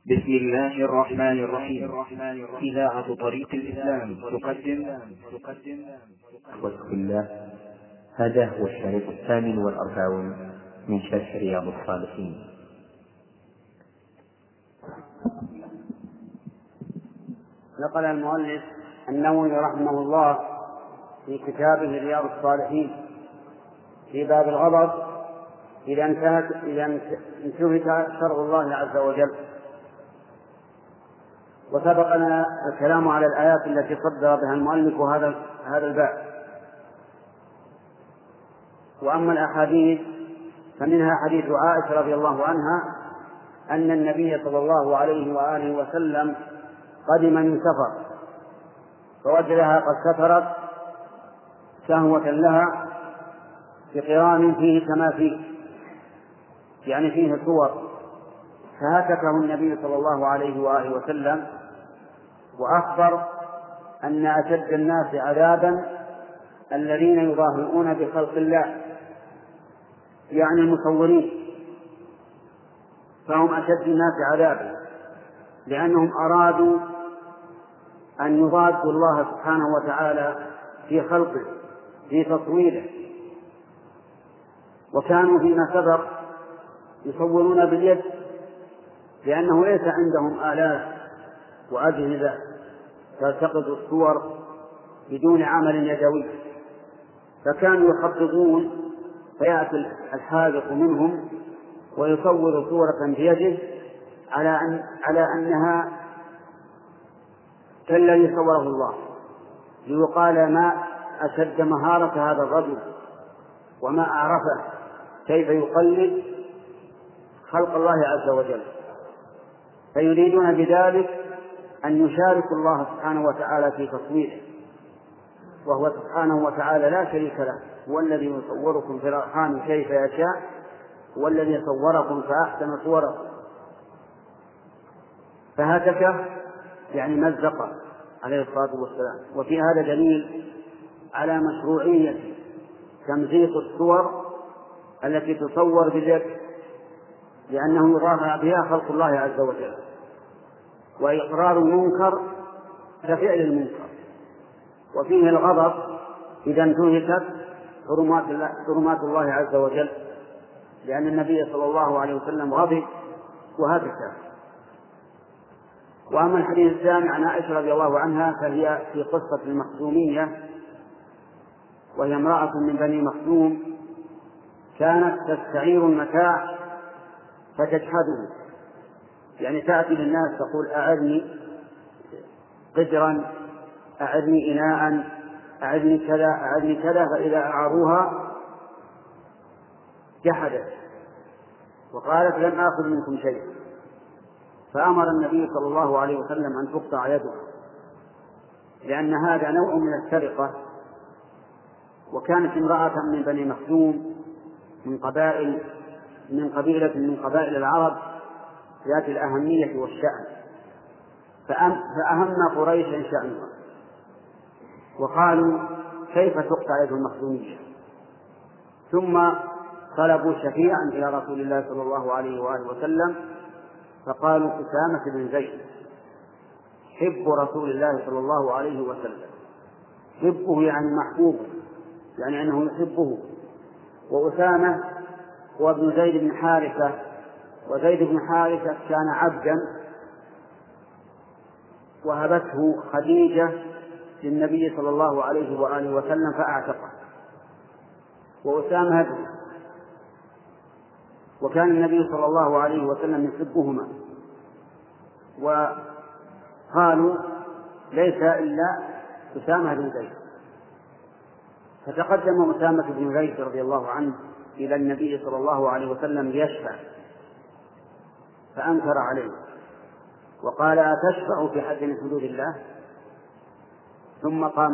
بسم الله الرحمن الرحيم. إذاعة طريق الإسلام تقدم بسم الله. هذا هو الشريط 48 من شرح رياض الصالحين. نقل المؤلف النووي رحمه الله في كتابه رياض الصالحين في باب الغضب إذا انتهك شرع الله عز وجل. وسبقنا الكلام على الآيات التي صدر بها المؤلف هذا الباب. وأما الأحاديث فمنها حديث عائشة رضي الله عنها أن النبي صلى الله عليه وآله وسلم قدم من سفر فوجدها قد سفرت شهوة لها بقران فيه تماثيل، يعني فيه صور، فهتكه النبي صلى الله عليه وآله وسلم وأخبر أن أشد الناس عذابا الذين يضاهئون بخلق الله، يعني المصورين، فهم أشد الناس عذابا لأنهم أرادوا أن يضادوا الله سبحانه وتعالى في خلقه في تصويره. وكانوا فيما سبق يصورون باليد لأنه ليس عندهم آلات وأجهزة تلتقط الصور بدون عمل يدوي، فكانوا يخططون فيأتي الحاذق منهم ويصور صورة بيده على أنها كالذي صوره الله، ليقال ما أشد مهارة هذا الرجل وما أعرفه كيف يقلد خلق الله عز وجل. فيريدون بذلك أن يشاركوا الله سبحانه وتعالى في تصويره، وهو سبحانه وتعالى لا شريك له، هو الذي يصوركم في الأرحام كيف يشاء، هو الذي صوركم فأحسن صوركم. فهتك يعني مزق عليه الصلاة والسلام. وفي هذا دليل على مشروعية تمزيق الصور التي تصور باليد، لأنه يضاهى بها خلق الله عز وجل، وإقرار المنكر كفعل المنكر. وفيه الغضب إذا انتهكت حرمات الله عز وجل، لأن النبي صلى الله عليه وسلم غضب وهتك. وأما الحديث الثاني عن عائشة رضي الله عنها فهي في قصة المخزومية، وهي امرأة من بني مخزوم كانت تستعير المتاع فتجحده، يعني تأتي للناس تقول أعرني قدرا، أعرني إناء، أعرني كذا، أعرني كذا، فإذا أعاروها جحدت وقالت لن آخذ منكم شيء، فأمر النبي صلى الله عليه وسلم أن تقطع يده، لأن هذا نوع من السرقة. وكانت امرأة من بني مخزوم من قبيلة من قبائل العرب ذات الأهمية والشأن، فأهم قريش شأنها، وقالوا كيف تقطع يد المخزومية؟ ثم طلبوا شفيعا إلى رسول الله صلى الله عليه وآله وسلم، فقالوا أسامة بن زيد حب رسول الله صلى الله عليه وسلم، حبه يعني محبوبه، يعني أنه يحبه. وأسامة هو ابن زيد بن حارثة، وزيد بن حارثة كان عبدا وهبته خديجة للنبي صلى الله عليه وآله وسلم فأعتقه، وأسامة هبه. وكان النبي صلى الله عليه وسلم يحبهما، وقالوا ليس إلا أسامة بن زيد. فتقدم أسامة بن زيد رضي الله عنه إلى النبي صلى الله عليه وسلم ليشفع، فأنكر عليه وقال أتشفع في حد من حدود الله؟ ثم قام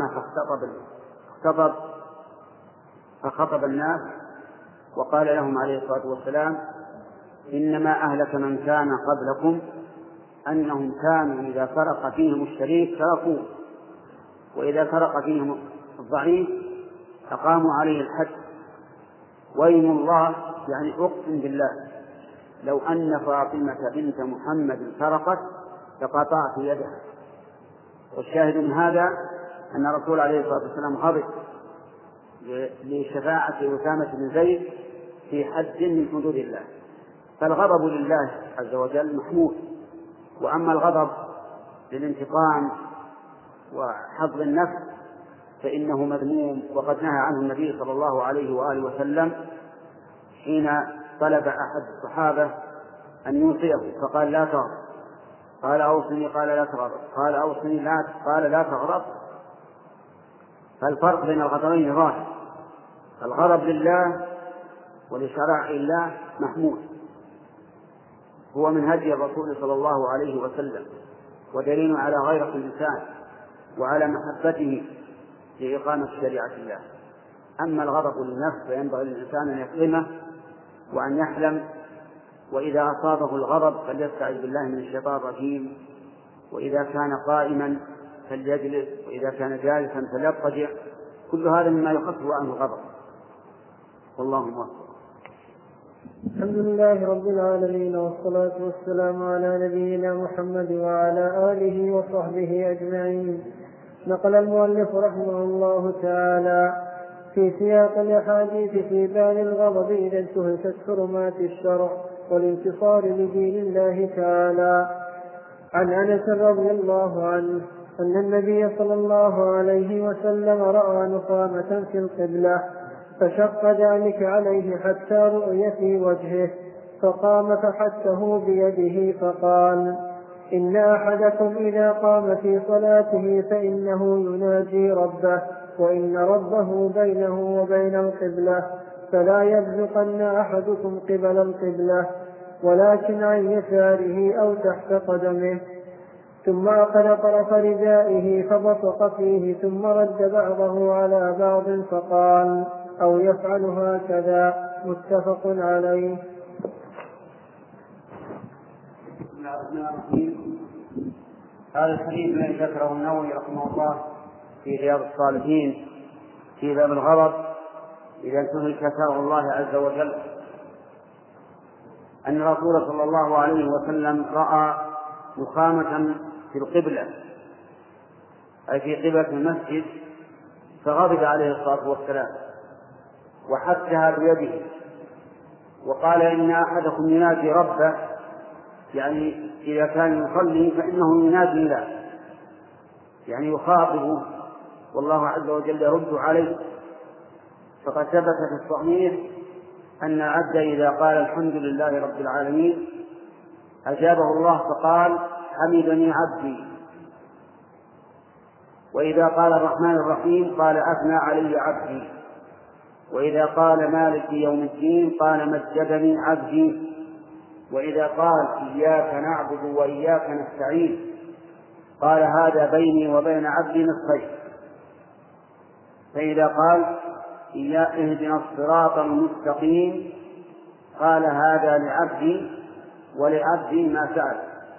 فخطب الناس وقال لهم عليه الصلاة والسلام إنما أهلك من كان قبلكم أنهم كانوا إذا سرق فيهم الشريك تركوه، وإذا سرق فيهم الضعيف أقاموا عليه الحد. وإيم الله يعني أقسم بالله لو أن فاطمة بنت محمد سرقت لقطعت يدها. والشاهد من هذا أن الرسول عليه الصلاة والسلام غضب لشفاعة أسامة بن زيد في حد من حدود الله. فالغضب لله عز وجل محمود، وأما الغضب للانتقام وحظ النفس فإنه مذموم، وقد نهى عنه النبي صلى الله عليه وآله وسلم حين طلب أحد الصحابة أن يوصيه فقال لا تغضب، قال أوصني، قال لا تغضب، قال أوصني، لا، قال لا تغضب. فالفرق بين الغضبين ظاهر، الغضب لله ولشرائع الله محمود، هو من هدي الرسول صلى الله عليه وسلم ودليل على غيرة الإنسان وعلى محبته لإقامة شريعة الله. أما الغضب للنفس فينبغي للإنسان أن يكرمه وأن يحلم، وإذا أصابه الغضب فليستعذ بالله من الشيطان الرجيم، وإذا كان قائما فليجلس، وإذا كان جالسا فليضطجع، كل هذا مما يخفف عنه الغضب. والله موفق. الحمد لله رب العالمين، والصلاة والسلام على نبينا محمد وعلى آله وصحبه أجمعين. نقل المؤلف رحمه الله تعالى في سياق الأحاديث في باب الغضب إذا انتهكت حرمات الشرع والانتصار لدين الله تعالى عن أنس رضي الله عنه أن النبي صلى الله عليه وسلم رأى نخامة في القبلة فشق ذلك عليه حتى رؤي في وجهه، فقام فحثه بيده فقال: إن أحدكم إذا قام في صلاته فإنه يناجي ربه، وإن ربه بينه وبين القبلة، فلا يبزقن أحدكم قبل القبلة ولكن عن يساره أو تحت قدمه. ثم أخذ طرف ردائه فبصق فيه ثم رد بعضه على بعض فقال: أو يفعل هكذا. متفق عليه. هذا الحديث الذي ذكره النووي رحمه الله في رياض الصالحين في باب الغضب إذا انتهك شرع الله عز وجل، أن الرسول صلى الله عليه وسلم رأى نخامة في القبلة أي في قبلة المسجد، فغضب عليه الصلاة والسلام وحثها بيده وقال: إن أحدكم ينادي ربه، يعني إذا كان يصلي فإنه ينادي الله، يعني يخاطبه والله عز وجل يرد عليه. فقد ثبت في الصحيح أن العبد إذا قال الحمد لله رب العالمين أجابه الله فقال: حمدني عبدي. وإذا قال الرحمن الرحيم قال: أثنى علي عبدي. وإذا قال مالك يوم الدين قال: مجدني عبدي. وإذا قال إياك نعبد وإياك نستعين قال: هذا بيني وبين عبدي نصفين. فإذا قال اهدنا الصراط المستقيم قال: هذا لعبدي ولعبدي ما سأل.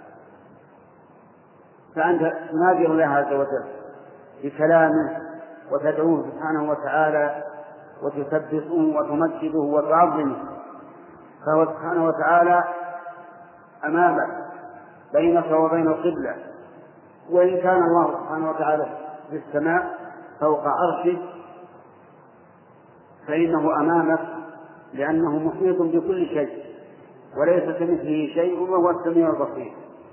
فأنت تناجر الله عز وجل بكلامه وتدعوه سبحانه وتعالى وتسبحه وتمجده وتعظمه، فهو سبحانه وتعالى أمامك بينك وبين القبلة، وإن كان الله سبحانه وتعالى في السماء فوق عرشه فإنه أمامك لأنه محيط بكل شيء وليس كمثله شيء وهو السميع البصير.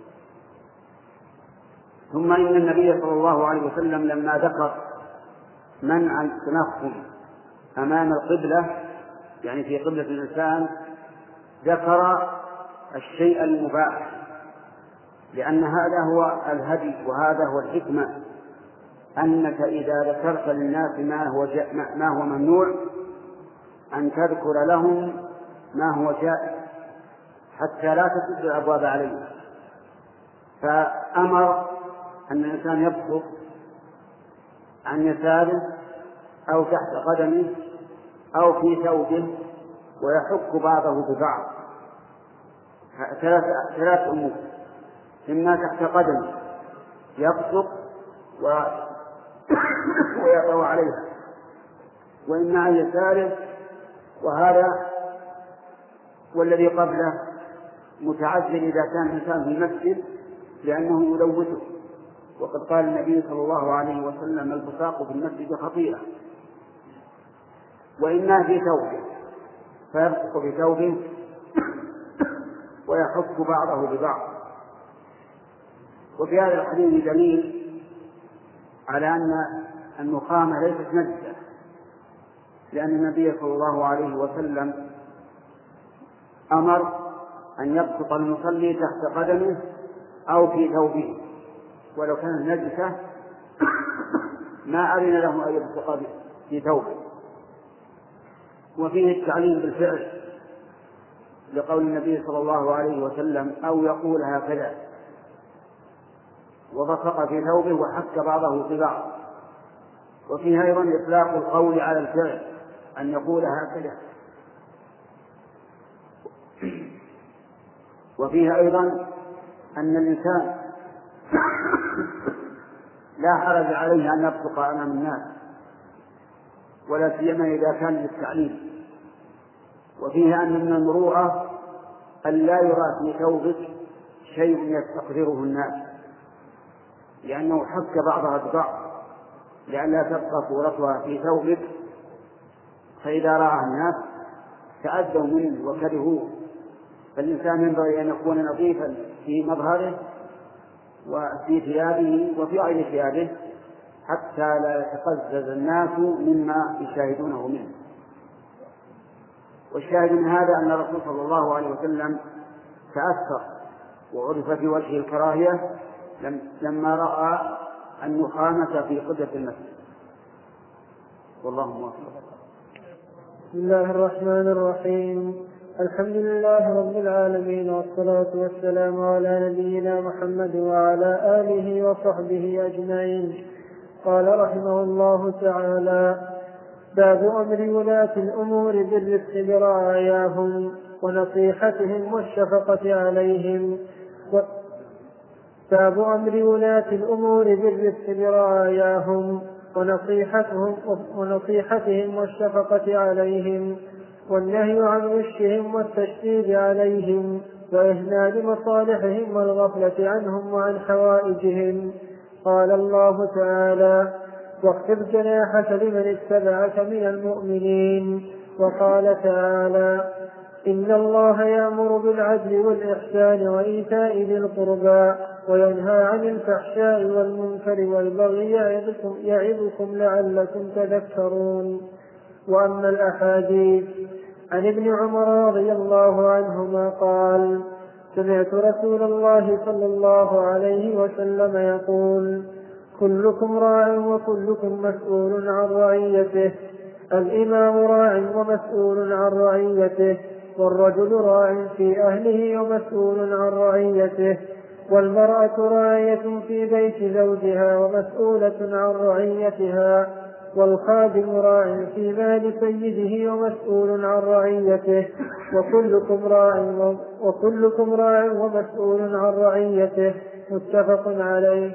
ثم إن النبي صلى الله عليه وسلم لما ذكر منع التنخم أمام القبلة يعني في قبلة الإنسان ذكر الشيء المباح، لأن هذا هو الهدي وهذا هو الحكمة، أنك إذا ذكرت للناس ما هو ممنوع أن تذكر لهم ما هو جائز حتى لا تسد الأبواب عليه. فأمر أن الإنسان يبصق عن يساره أو تحت قدمه أو في ثوبه ويحك بعضه ببعض، ثلاث أمور: إما تحت قدمه يبصق ويقع عليها، وإما عن يساره، وهذا والذي قبله متعذر إذا كان الإنسان في المسجد لأنه يلوثه، وقد قال النبي صلى الله عليه وسلم: البصاق في المسجد خطيئة. وإما في ثوبه فيبصق في ثوبه ويحك بعضه ببعض. وفي هذا الحديث دليل على أن النخامة ليست نجسة، لأن النبي صلى الله عليه وسلم أمر أن يبسط المصلي تحت قدمه أو في ثوبه، ولو كانت نجسة ما أذن له أن يبسط في ثوبه. وفيه التعليم بالفعل لقول النبي صلى الله عليه وسلم: أو يقول هكذا، وبصق في ثوبه وحك بعضه ببعض. وفيه أيضا إطلاق القول على الفعل، أن يقول هكذا. وفيه أيضا أن الإنسان لا حرج عليه أن يبصق أمام الناس، ولا سيما إذا كان للتعليم. وفيه أن من المروءة أن لا يرى في ثوبك شيء يستقذره الناس، لأنه حك بعضها ببعض لئلا تبقى صورتها في ثوبك، فإذا رأى الناس تأذوا منه وكرهوه. فالإنسان ينبغي أن يكون نظيفا في مظهره وفي ثيابه وفي غير ثيابه، حتى لا يتقزز الناس مما يشاهدونه منه. والشاهد من هذا أن الرسول صلى الله عليه وسلم تأثر وعرف في وجهه الكراهية لما رأى النخامة في قبلة المسجد. والله موفق. بسم الله الرحمن الرحيم. الحمد لله رب العالمين، والصلاة والسلام على نبينا محمد وعلى آله وصحبه أجمعين. قال رحمه الله تعالى: باب أمر ولاة الأمور بالرفق برعاياهم ونصيحتهم والشفقة عليهم. باب أمر ولاة الأمور بالرفق برعاياهم ونصيحتهم والشفقة عليهم، والنهي عن غشهم والتشديد عليهم، وإهمال مصالحهم والغفلة عنهم وعن حوائجهم. قال الله تعالى: واخفض جناحك لمن اتبعك من المؤمنين. وقال تعالى: إن الله يأمر بالعدل والإحسان وإيتاء ذي القربى وينهى عن الفحشاء والمنكر والبغي يعظكم لعلكم تذكرون. وأما الأحاديث: عن ابن عمر رضي الله عنهما قال: سمعت رسول الله صلى الله عليه وسلم يقول: كلكم راع وكلكم مسؤول عن رعيته، الإمام راع ومسؤول عن رعيته، والرجل راع في أهله ومسؤول عن رعيته، والمرأة راعية في بيت زوجها ومسؤولة عن رعيتها، والخادم راع في مال سيده ومسؤول عن رعيته، وكلكم راع ومسؤول عن رعيته. متفق عليه.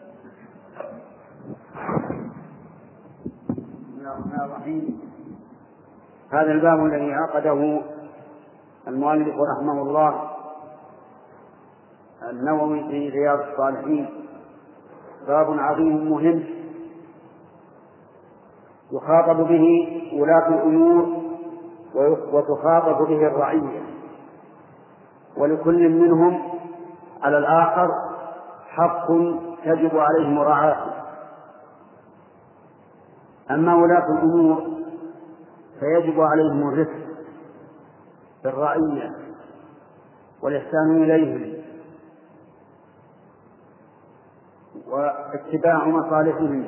هذا الباب الذي عقده المؤلف رحمه الله النووي في رياض الصالحين باب عظيم مهم يخاطب به ولاة الأمور وتخاطب به الرعية، ولكل منهم على الآخر حق تجب عليه مراعاته. أما ولاة الأمور فيجب عليهم الرفق بالرعية والإحسان إليهم واتباع مصالحهم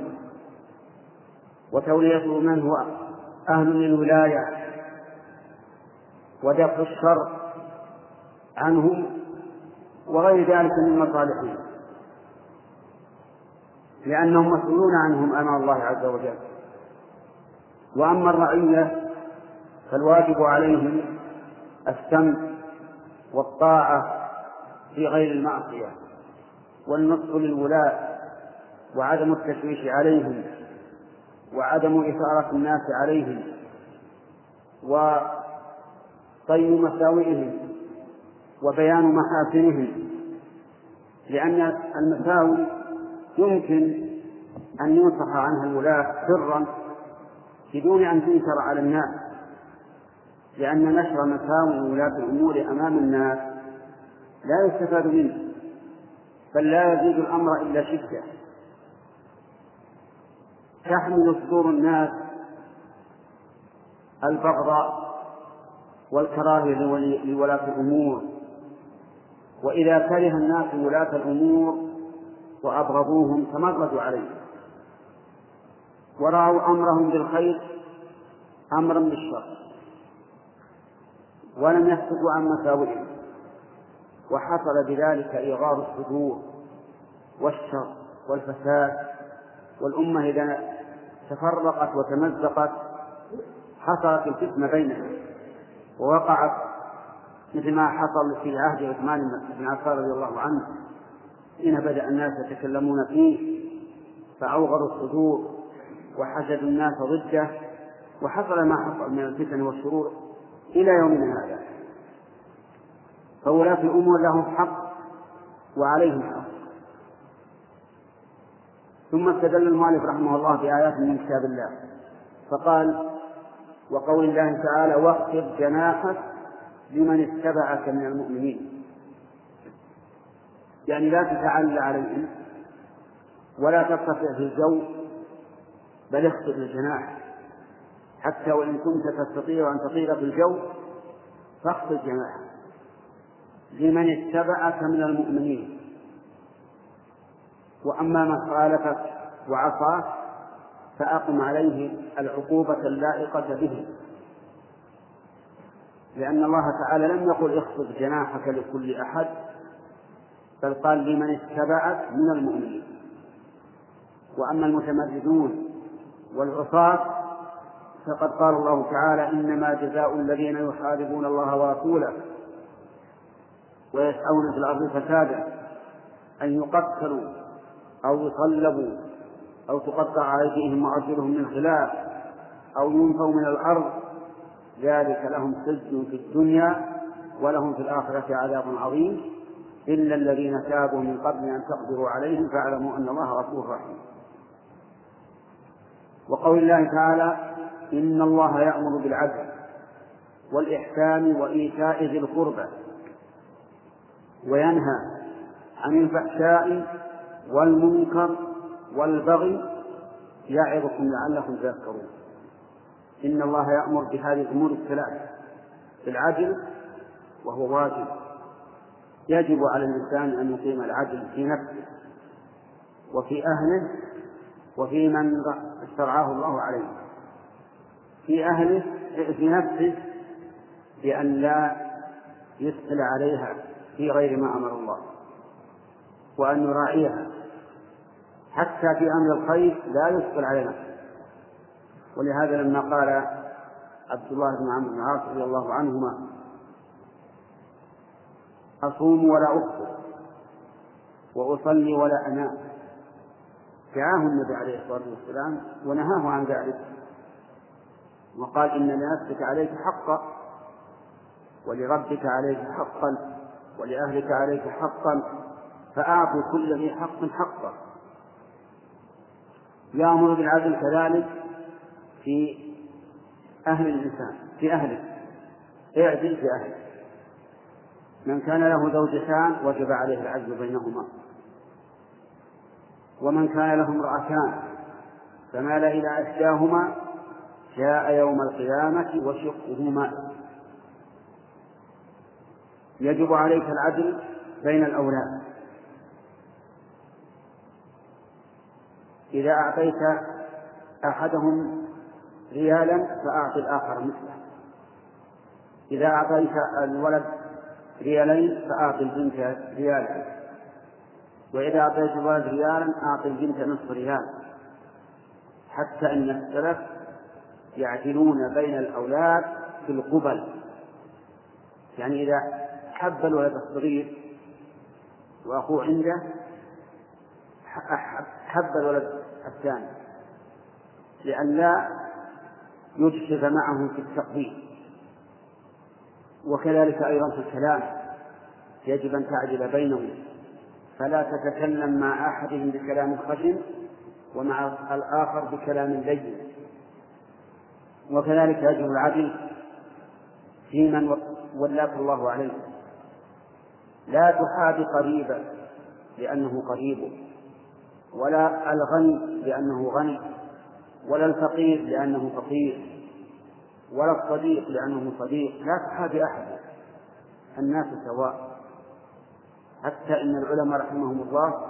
وتولية من هو أهل للولاية ودفع الشر عنهم وغير ذلك من مصالحهم، لأنهم مسؤولون عنهم أمام الله عز وجل. وأما الرعية فالواجب عليهم السمع والطاعة في غير المعصية، والنصح للولاة، وعدم التشويش عليهم، وعدم إثارة الناس عليهم، وطي مساوئهم، وبيان محاسنهم، لأن المساوي يمكن أن ينصح عنها الولاة سرا بدون أن تنكر على الناس، لأن نشر مساوي ولاة الأمور أمام الناس لا يستفاد منه، بل لا يزيد الأمر إلا شدة. تحمل صدور الناس البغضاء والكراهية لولاة الأمور، وإذا كره الناس ولاة الأمور وأبغضوهم تمردوا عليهم ورأوا أمرهم بالخير أمرا بالشر ولم يسكتوا عن مساوئهم، وحصل بذلك إيغار الصدور والشر والفساد، والأمة إذا تفرقت وتمزقت حصلت الفتنة بينها، ووقعت مثل ما حصل في عهد عثمان بن عفان رضي الله عنه حين بدأ الناس يتكلمون فيه فأوغروا الصدور وحشدوا الناس ضده، وحصل ما حصل من الفتن والشرور إلى يومنا هذا. فولاة الأمور لهم حق وعليهم حق. ثم استدل المؤلف رحمه الله بآيات من كتاب الله فقال: وقول الله تعالى: واخفض جناحك لمن اتبعك من المؤمنين، يعني لا تتعلى عليهم ولا ترتفع في الجو، بل اخفض الجناح، حتى وإن كنت تستطيع أن تطير في الجو فاخفض جناحك لمن اتبعك من المؤمنين. وأما من خالفك وعصاك فأقم عليه العقوبة اللائقة به، لأن الله تعالى لم يقل اخفض جناحك لكل أحد، بل قال لمن اتبعك من المؤمنين. وأما المتمردون والعصاة فقد قال الله تعالى: إنما جزاء الذين يحاربون الله ورسوله ويسعون في الأرض فسادا أن يقتلوا أو يصلبوا أو تقطع أيديهم وأرجلهم من خلاف أو ينفوا من الأرض، ذلك لهم خزي في الدنيا ولهم في الآخرة عذاب عظيم إلا الذين تابوا من قبل أن تقدروا عليهم فاعلموا أن الله غفور رحيم. وقول الله تعالى: إن الله يأمر بالعدل والإحسان وإيتاء ذي القربى وينهى عن الفحشاء والمنكر والبغي يعظكم لعلكم تذكرون. إن الله يأمر بهذه الأمور الثلاث: بالعدل وهو واجب، يجب على الإنسان أن يقيم العدل في نفسه وفي أهله وفي من استرعاه الله عليه. في أهله في نفسه بأن لا يثقل عليها في غير ما أمر الله، وأن يراعيها حتى في أمر الخير لا يثقل على نفسه. ولهذا لما قال عبد الله بن عمرو بن العاص رضي الله عنهما: أصوم ولا أفطر وأصلي ولا أنام، دعاه النبي عليه الصلاة والسلام ونهاه عن ذلك، وقال: إن لنفسك عليك حقا ولربك عليك حقا ولأهلك عليك حقا فأعطوا كل ذي حق حقه. يأمر بالعدل كذلك في أهل الإنسان، في أهله، اعدل في أهله. من كان له زوجتان وجب عليه العدل بينهما، ومن كان له امرأتان فمال إلى إحداهما جاء يوم القيامة وشقه ماء. يجب عليك العدل بين الأولاد. إذا أعطيت أحدهم ريالا فأعطي الآخر مثله، إذا أعطيت الولد ريالين فأعطي البنت ريالا، وإذا أعطيت الولد ريالا أعطي البنت نصف ريال، حتى أن السلف يعدلون بين الأولاد في القبل. يعني إذا حب الولد الصغير وأخوه عنده حب الولد الثاني لئلا يجشف معه في التقبيل. وكذلك أيضا في الكلام، يجب أن تعدل بينهم، فلا تتكلم مع أحدهم بكلام خشن ومع الآخر بكلام لين. وكذلك يجب العدل في من ولاك الله عليه. لا تحاب قريبا لأنه قريب، ولا الغني لأنه غني، ولا الفقير لأنه فقير، ولا الصديق لأنه صديق. لا تحاب أحد، الناس سواء. حتى إن العلماء رحمهم الله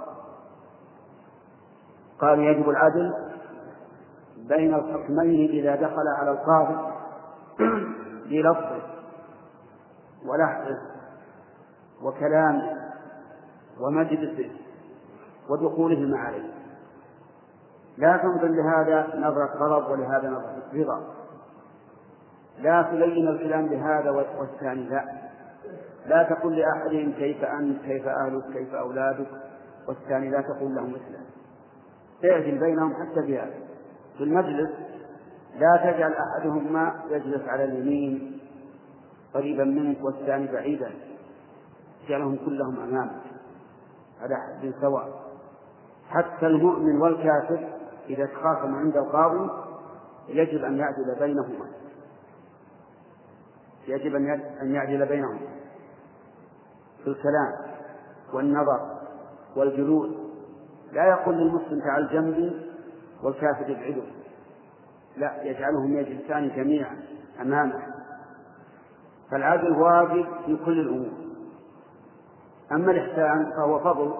قالوا يجب العدل بين الحكمين إذا دخل على القاضي بلفظه ولحظه وكلامه ومجلسه ودخولهما عليه. لا تنظر لهذا نظرة غضب ولهذا نظرة رضا. لا تلين الكلام لهذا والثاني لا. لا تقل لأحدهم كيف أنت، كيف أهلك، كيف أولادك، والثاني لا تقول له مثله. اعدل بينهم حتى بهذا. في المجلس لا تجعل أحدهما يجلس على اليمين قريبا منك والثاني بعيدا، اجعلهم كلهم أمامك على حد سواء. حتى المؤمن والكافر إذا تخاصم عند القاضي يجب أن يعدل بينهما، يجب أن يعدل بينهم في الكلام والنظر والجلوس. لا يقول للمسلم تعال جنبي والكافر يبعده، لا، يجعلهم يجلسان جميعا أمامه. فالعدل واجب في كل الأمور. أما الإحسان فهو فضل،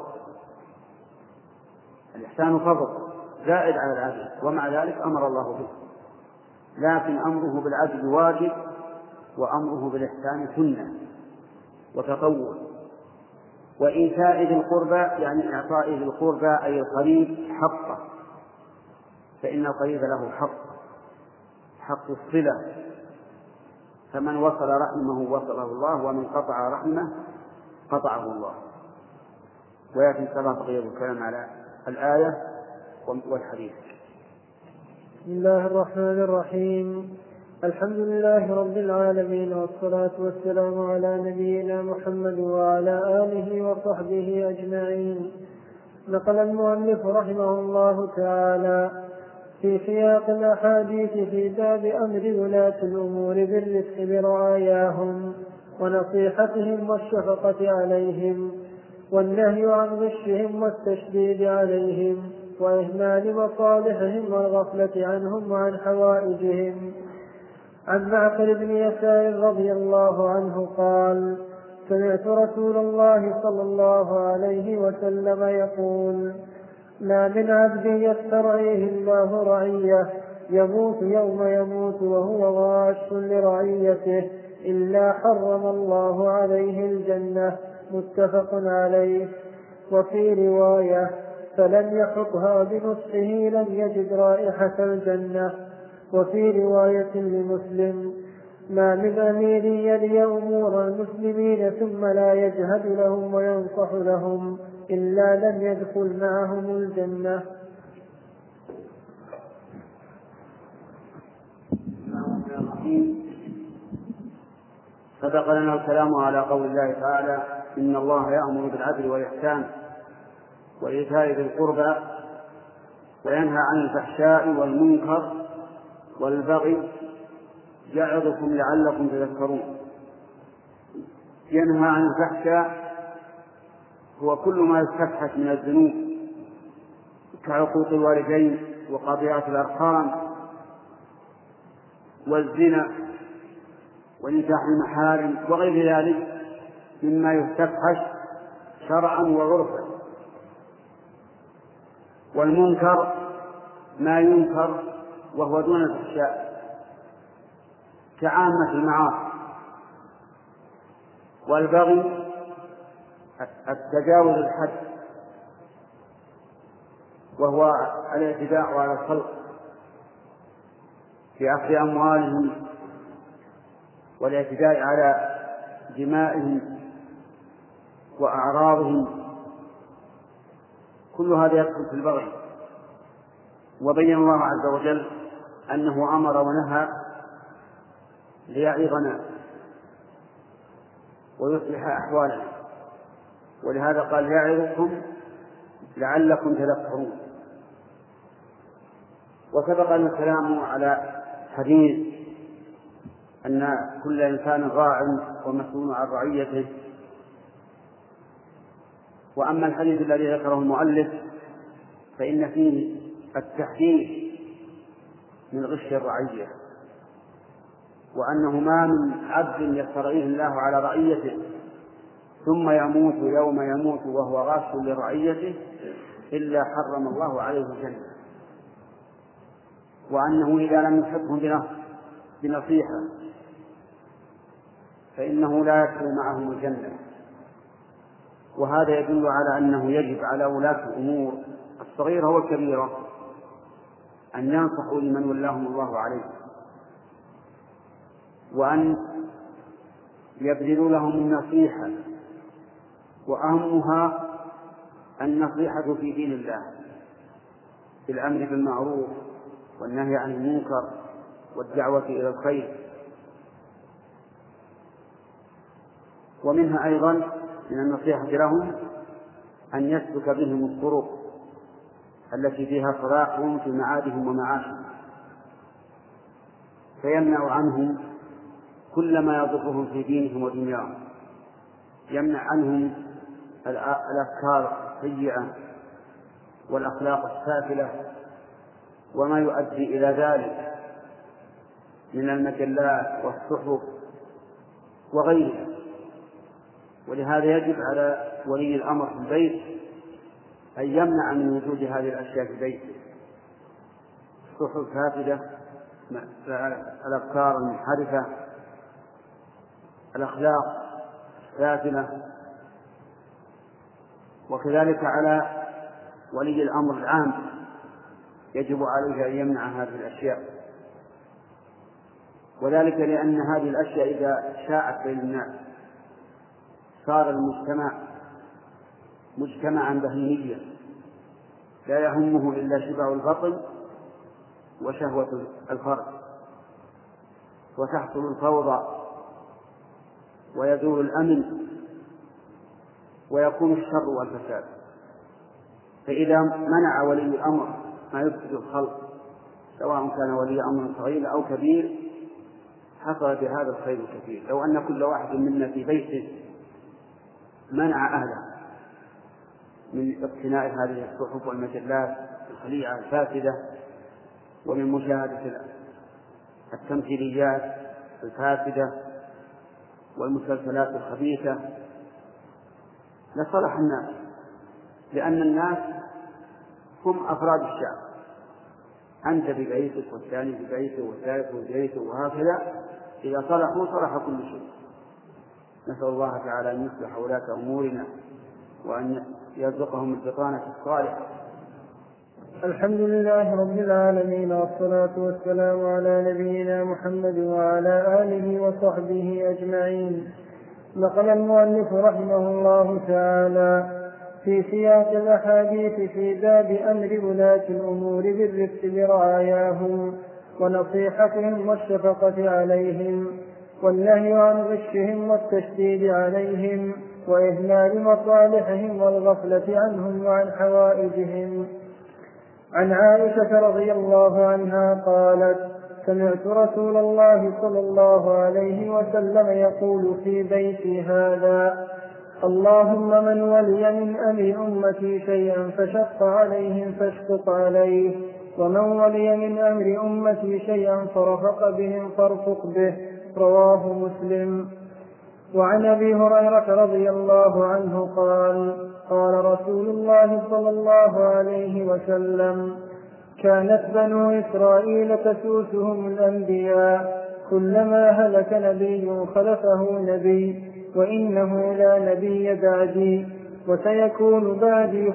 الإحسان فضل زائد على العدل، ومع ذلك أمر الله به. لكن أمره بالعدل واجب، وأمره بالإحسان سنة وتطوع. وإيتاء ذي القربى يعني إعطاء ذي القربى أي القريب حقه، فإن القريب له حق الصلة. فمن وصل رحمه وصله الله، ومن قطع رحمه قطعه الله. ويأتي إن شاء الله بقية الكلام على الآية والحديث. بسم الله الرحمن الرحيم. الحمد لله رب العالمين، والصلاة والسلام على نبينا محمد وعلى آله وصحبه أجمعين. نقل المؤلف رحمه الله تعالى في سياق الأحاديث في باب أمر ولاة الأمور بالرفق برعاياهم ونصيحتهم والشفقة عليهم، والنهي عن غشهم والتشديد عليهم، وإهمال مصالحهم والغفلة عنهم وعن حوائجهم. عن معقل بن يسار رضي الله عنه قال: سمعت رسول الله صلى الله عليه وسلم يقول: ما من عبد يسترعيه الله رعية يموت يوم يموت وهو غاش لرعيته إلا حرم الله عليه الجنة. متفق عليه. وفي رواية: فلم يحطها بنصحه لم يجد رائحة الجنة. وفي رواية لمسلم: ما من أمير يلي أمور المسلمين ثم لا يجهد لهم وينصح لهم إلا لم يدخل معهم الجنة. سبق لنا الكلام على قول الله تعالى: إن الله يأمر بالعدل والإحسان وإيتاء ذي القربى وينهى عن الفحشاء والمنكر والبغي يعظكم لعلكم تذكرون. ينهى عن الفحشاء هو كل ما يستفحش من الذنوب كعقوق الوالدين وقطيعة الأرحام والزنا ونكاح المحارم وغير ذلك مما يستفحش شرعا وعرفا. والمنكر ما ينكر وهو دون الفحشاء كعامة المعاصي. والبغي التجاوز الحد وهو الاعتداء على الخلق في أخذ أموالهم والاعتداء على دمائهم وأعراضهم. كل هذا يدخل في البغي. وبين الله عز وجل أنه أمر ونهى ليعظنا ويصلح أحوالنا. ولهذا قال يعظكم لعلكم تذكرون. وسبق لنا الكلام على حديث أن كل إنسان راع ومسؤول عن رعيته. وأما الحديث الذي ذكره المؤلف فإن فيه التحذير من غش الرعية، وأنه ما من عبد يسترعيه الله على رعيته ثم يموت يوم يموت وهو غاش لرعيته إلا حرم الله عليه الجنة، وأنه إذا لم يحبهم بنصيحة فإنه لا يدخل معهم الجنة. وهذا يدل على أنه يجب على ولاة الأمور الصغيرة والكبيرة أن ينصحوا لمن ولاهم الله عليه، وأن يبذلوا لهم النصيحة، وأهمها النصيحة في دين الله بالأمر بالمعروف والنهي عن المنكر والدعوة إلى الخير. ومنها أيضا من النصيحة لهم أن يسلك بهم الطرق التي فيها صلاحهم في معادهم ومعاشهم، فيمنع عنهم كل ما يضرهم في دينهم ودنياهم، يمنع عنهم الأفكار السيئة والأخلاق السافلة وما يؤدي إلى ذلك من المجلات والصحف وغيرها. ولهذا يجب على ولي الأمر في البيت أن يمنع من وجود هذه الأشياء في بيته، الصحف الفاسدة، الأفكار المنحرفة، الأخلاق السافلة. وكذلك على ولي الأمر العام يجب عليه أن يمنع هذه الأشياء، وذلك لأن هذه الأشياء إذا شاعت بين الناس صار المجتمع مجتمعا بهيميا لا يهمه إلا شبع البطن وشهوة الفرج، وتحصل الفوضى ويزول الأمن ويكون الشر والفساد. فإذا منع ولي الأمر ما يفسد الخلق سواء كان ولي أمر صغير أو كبير حصل بهذا الخير الكثير. لو أن كل واحد منا في بيته منع أهله من اقتناء هذه الصحف والمجلات الخليعة الفاسدة ومن مشاهدة التمثيليات الفاسدة والمسلسلات الخبيثة لصلح الناس، لأن الناس هم أفراد الشعب، أنت ببيتك والثاني ببيته والثالث ببيته وهكذا، إذا صلحوا صلح كل شيء. نسأل الله تعالى أن يصلح ولاة أمورنا وأن يرزقهم البطانة الصالحة. الحمد لله رب العالمين، والصلاة والسلام على نبينا محمد وعلى آله وصحبه أجمعين. نقل المؤلف رحمه الله تعالى في سياق الأحاديث في باب أمر ولاة الأمور بالرفق برعاياهم ونصيحتهم والشفقة عليهم والنهي عن غشهم والتشديد عليهم وإهمال مصالحهم والغفلة عنهم وعن حوائجهم. عن عائشة رضي الله عنها قالت: سمعت رسول الله صلى الله عليه وسلم يقول في بيتي هذا: اللهم من ولي من أمر أمتي شيئا فشق عليهم فاشقق عليه، ومن ولي من أمر أمتي شيئا فرفق بهم فارفق به. رواه مسلم. وعن أبي هريرة رضي الله عنه قال: قال رسول الله صلى الله عليه وسلم: كانت بنو إسرائيل تسوسهم الأنبياء، كلما هلك نبي خلفه نبي، وإنه لا نبي بعدي، وسيكون بعدي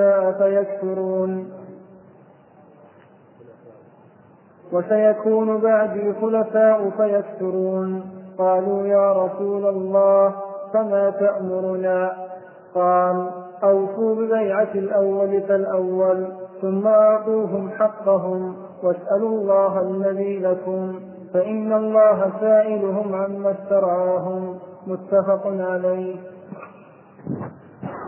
خلفاء فيكثرون. قالوا: يا رسول الله فما تأمرنا؟ قال: أوفوا ببيعة الأول فالأول، ثم أعطوهم حقهم، واسألوا الله الذي لكم، فإن الله سائلهم عما استرعاهم. متفق عليه.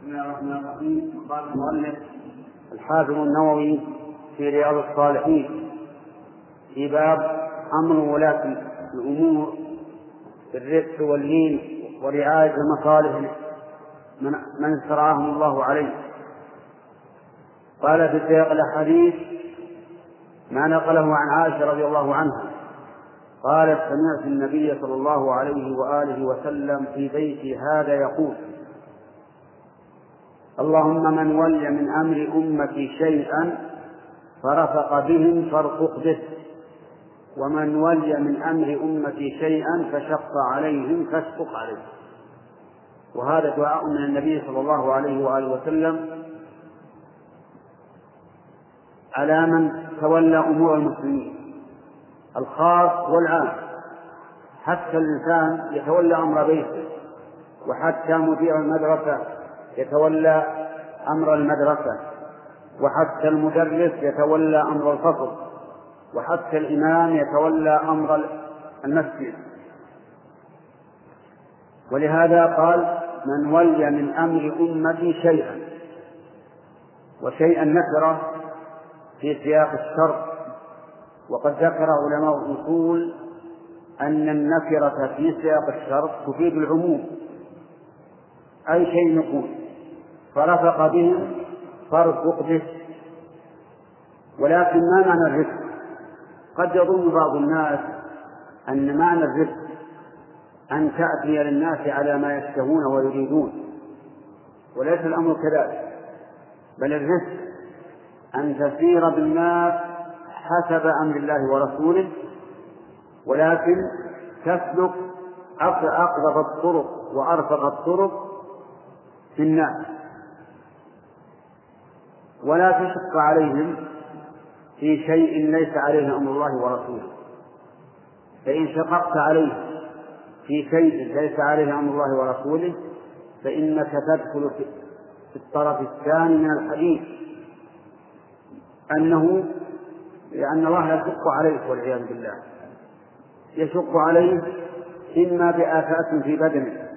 بسم الله الرحمن الرحيم. قال المؤلف الحافظ النووي في رياض الصالحين في باب أمر ولاة الأمور بالرفق واللين ورعاية مصالح من استرعاهم الله عليه. قال في سياق الأحاديث ما نقله عن عائشة رضي الله عنها قالت سمعت النبي صلى الله عليه وآله وسلم في بيتي هذا يقول اللهم من ولي من أمر أمتي شيئا فرفق بهم فارفق به، ومن ولي من أمر أمتي شيئا فشق عليهم فاشفق عليه. وهذا دعاء من النبي صلى الله عليه وآله وسلم على من تولى أمور المسلمين الخاص والعام، حتى الإنسان يتولى أمر بيته، وحتى مدير المدرسة يتولى أمر المدرسة، وحتى المدرس يتولى أمر الفصل، وحتى الإمام يتولى أمر المسجد. ولهذا قال من ولي من أمر أمتي شيئا، وشيئا نكرة في سياق الشرط، وقد ذكر علماء الأصول أن النكرة في سياق الشرط تفيد العموم، أي شيء يكون فرفق به فارفق به. ولكن ما معنى الرفق؟ قد يظن بعض الناس أن معنى الرفق أن تأتي للناس على ما يشتهون ويريدون، وليس الأمر كذلك، بل الرفق أن تسير بالناس حسب أمر الله ورسوله، ولكن تسلك أقرب الطرق وأرفق الطرق في الناس، ولا تشق عليهم في شيء ليس عليه أمر الله ورسوله. فإن شققت عليه في شيء ليس عليه أمر الله ورسوله فإنك تدخل في الطرف الثاني من الحديث، لأن الله يشق عليك والعياذ بالله، يشق عليه إما بآفات في بدنه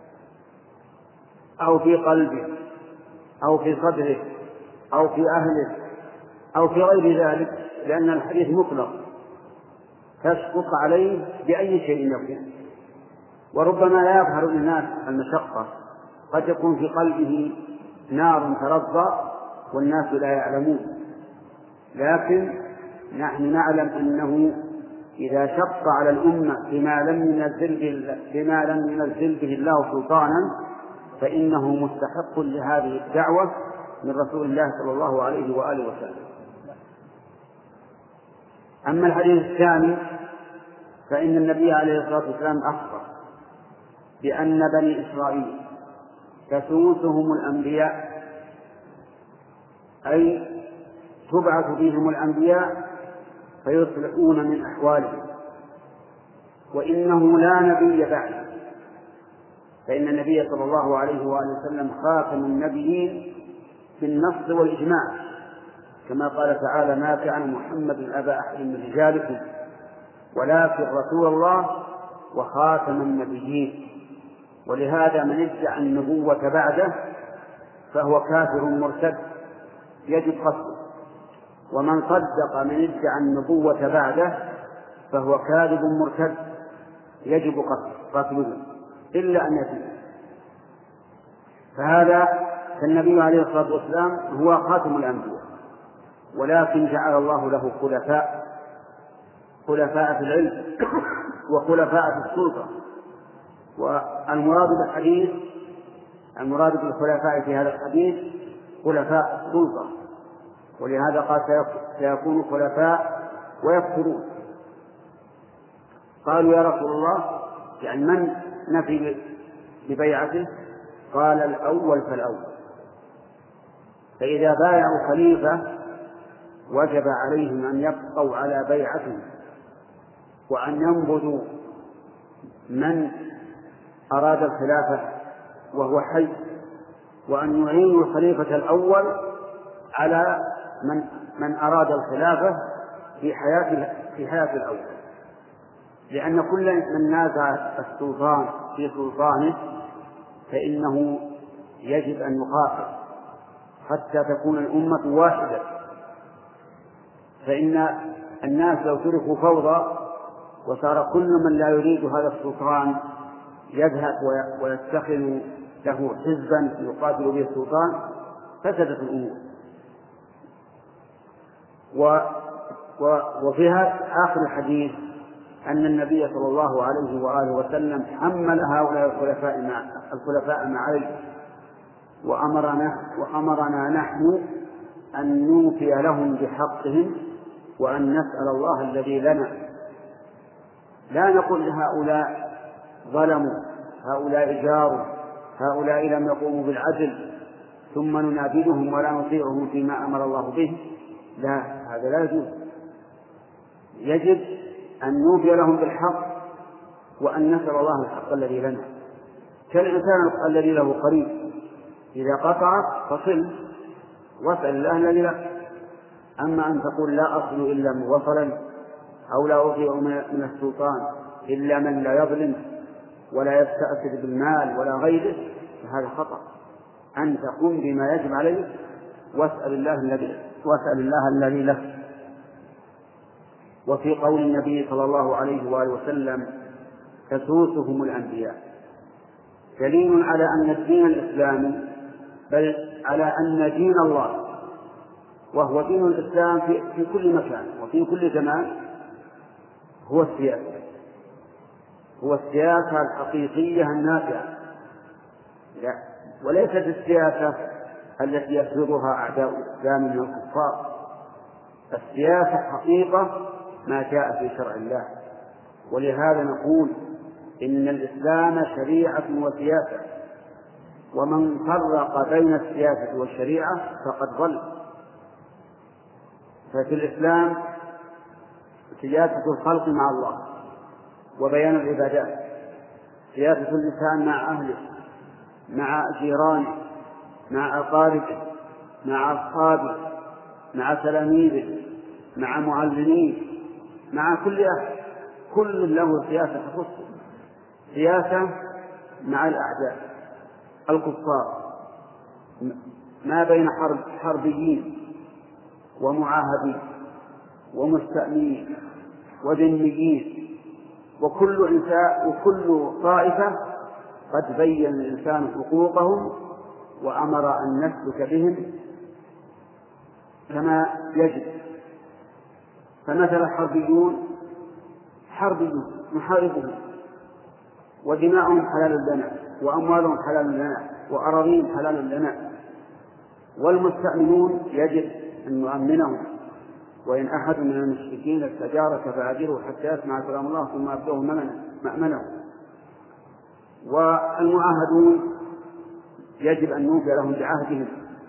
أو في قلبه أو في صدره أو في أهله أو في غير ذلك، لأن الحديث مطلق، تشق عليه بأي شيء يكون. وربما لا يظهر للناس المشقة، قد يكون في قلبه نار ترضى والناس لا يعلمون، لكن نحن نعلم أنه إذا شق على الأمة بما لم ينزل به الله سلطانا فإنه مستحق لهذه الدعوة من رسول الله صلى الله عليه وآله وسلم. أما الحديث الثاني فإن النبي عليه الصلاة والسلام أخبر بأن بني إسرائيل تسوسهم الأنبياء، أي تبعث فيهم الأنبياء فيصلحون من أحوالهم، وإنه لا نبي بعده، فإن النبي صلى الله عليه وآله وسلم خاتم النبيين بالنص والإجماع، كما قال تعالى ما كان محمد أبا أحد من رجالكم ولكن رسول الله وخاتم النبيين. ولهذا من ادعى النبوة بعده فهو كافر مرتد يجب قتله، ومن صدق من ادعى النبوة بعده فهو كاذب مرتد يجب قتله إلا أن يتوب. فالنبي عليه الصلاة والسلام هو خاتم الأنبياء، ولكن جعل الله له خلفاء في العلم وخلفاء في السلطة. والمراد بالخلفاء في هذا الحديث خلفاء السلطة، ولهذا قال سيكون خلفاء ويكثرون. قالوا يا رسول الله يعني من نفي ببيعته؟ قال الأول فالأول، فإذا بايعوا خليفة وجب عليهم أن يبقوا على بيعته وأن ينبذوا من أراد الخلافة وهو حي، وأن يعينوا الخليفة الأول على من أراد الخلافة في حياة الأول، لأن كل من نازع السلطان في سلطانه فإنه يجب أن يخاطب حتى تكون الأمة واحدة. فإن الناس لو تركوا فوضى وصار كل من لا يريد هذا السلطان يذهب ويتخذ له حزبا يقاتل به السلطان فسدت الأمور. وفي آخر الحديث أن النبي صلى الله عليه وآله وسلم حمل هؤلاء الخلفاء ما عليه وأمرنا نحن أن نوفي لهم بحقهم وأن نسأل الله الذي لنا. لا نقول لهؤلاء ظلموا، هؤلاء جاروا، هؤلاء لم يقوموا بالعدل ثم ننابذهم ولا نطيعهم فيما أمر الله به. لا، هذا لا يجوز. يجب أن نوفي لهم بالحق وأن نسأل الله الحق الذي لنا. كالإنسان الذي له قريب إذا قطع فصل واسأل الله الذي لك. أما أن تقول لا أصل إلا من وصلا أو لا أطيع من السلطان إلا من لا يظلم ولا يستأثر بالمال ولا غيره فهذا خطأ. أن تقوم بما يجب عليك واسأل الله الذي لك. وفي قول النبي صلى الله عليه وآله وسلم تسوسهم الأنبياء دليل على أن الدين الإسلامي بل على أن دين الله وهو دين الإسلام في كل مكان وفي كل زمان هو السياسة الحقيقية النافعة، وليست السياسة التي يفرضها أعداء الإسلام من الكفار. السياسة حقيقة ما جاء في شرع الله. ولهذا نقول إن الإسلام شريعة وسياسة، ومن فرق بين السياسة والشريعة فقد ضل. ففي الإسلام سياسة الخلق مع الله وبيان العبادات، سياسة الإنسان مع أهله مع جيرانه مع أقاربه مع أصحابه مع تلاميذه مع معلميه مع كل أحد، كل له سياسة تخصه. سياسة مع الأعداء الكفار ما بين حربيين ومعاهدين ومستأمنين وذميين، وكل طائفة قد بين الإنسان حقوقهم وأمر أن نسلك بهم كما يجب. فمثل حربيون نحاربهم ودماؤهم حلال لنا وأموالهم حلال لنا وأراضيهم حلال لنا. والمستأمنون يجب أن نؤمنهم، وإن أحد من المشركين استجارك فأجره حتى يسمع كلام الله ثم أبدوه مأمنه. والمعاهدون يجب أن نوفي لهم بعهدهم،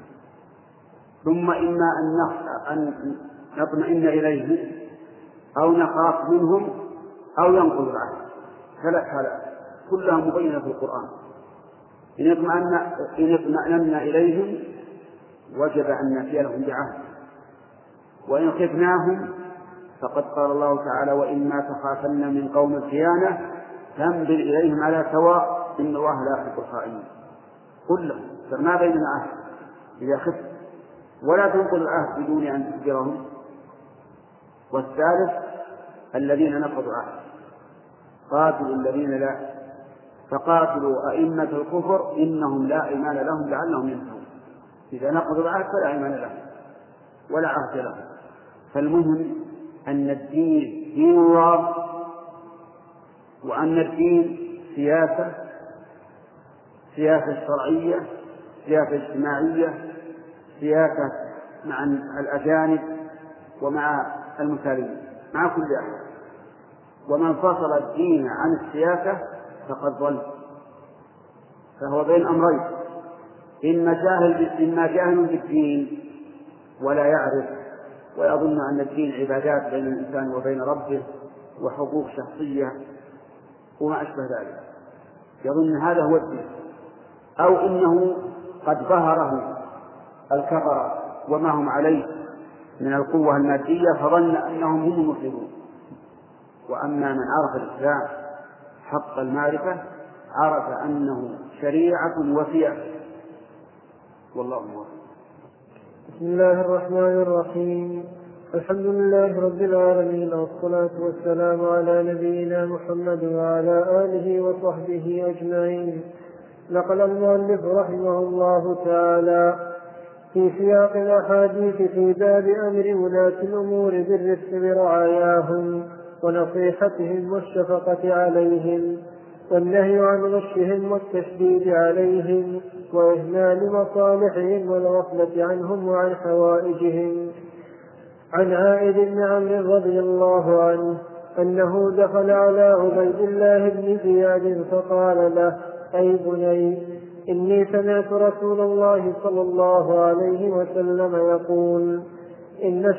ثم إما أن نطمئن إليهم أو نخاف منهم أو ينقض العهد. ثلاث حالات كلها مبينة في القرآن. إن اطمأننا إليهم وجب أن نفي لهم بعهد، وإن خفناهم فقد قال الله تعالى وإما تخافن من قوم خيانة فانبذ إليهم على سواء إن الله لا يحب الخائنين. كلهم فما بيننا عهد إذا خفت، ولا تنقض العهد بدون أن تخبرهم. والثالث الذين نقضوا العهد قاتلوا الذين لا فقاتلوا أئمة الكفر إنهم لا إيمان لهم لعلهم ينتهون. إذا نقضوا العهد فلا إيمان لهم ولا عهد لهم. فالمهم أن الدين دين الله، وأن الدين سياسة شرعية، سياسة اجتماعية، سياسة مع الأجانب ومع المسالمين مع كل أحد. ومن فصل الدين عن السياسة فقد ضل. فهو بين أمرين: إما جاهل بالدين ولا يعرف ويظن أن الدين عبادات بين الإنسان وبين ربه وحقوق شخصية وما أشبه ذلك، يظن هذا هو الدين، أو إنه قد ظهره الكفر وما هم عليه من القوة المادية فظن أنهم هم المفلحون. وأما من عرف الإسلام حق المعرفة عرف أنه شريعة وسياسة، والله أكبر. بسم الله الرحمن الرحيم. الحمد لله رب العالمين، والصلاة والسلام على نبينا محمد وعلى آله وصحبه أجمعين. نقل المؤلف رحمه الله تعالى في سياق الأحاديث في باب أمر ولاة الأمور بالرفق برعاياهم ونصيحتهم والشفقة عليهم والنهي عن غشهم والتشديد عليهم وإهمال مصالحهم والغفلة عنهم وعن حوائجهم. عن عائد بن عمرو رضي الله عنه أنه دخل على عبيد الله بن زياد فقال له: أي بني، إني سمعت رسول الله صلى الله عليه وسلم يقول: إن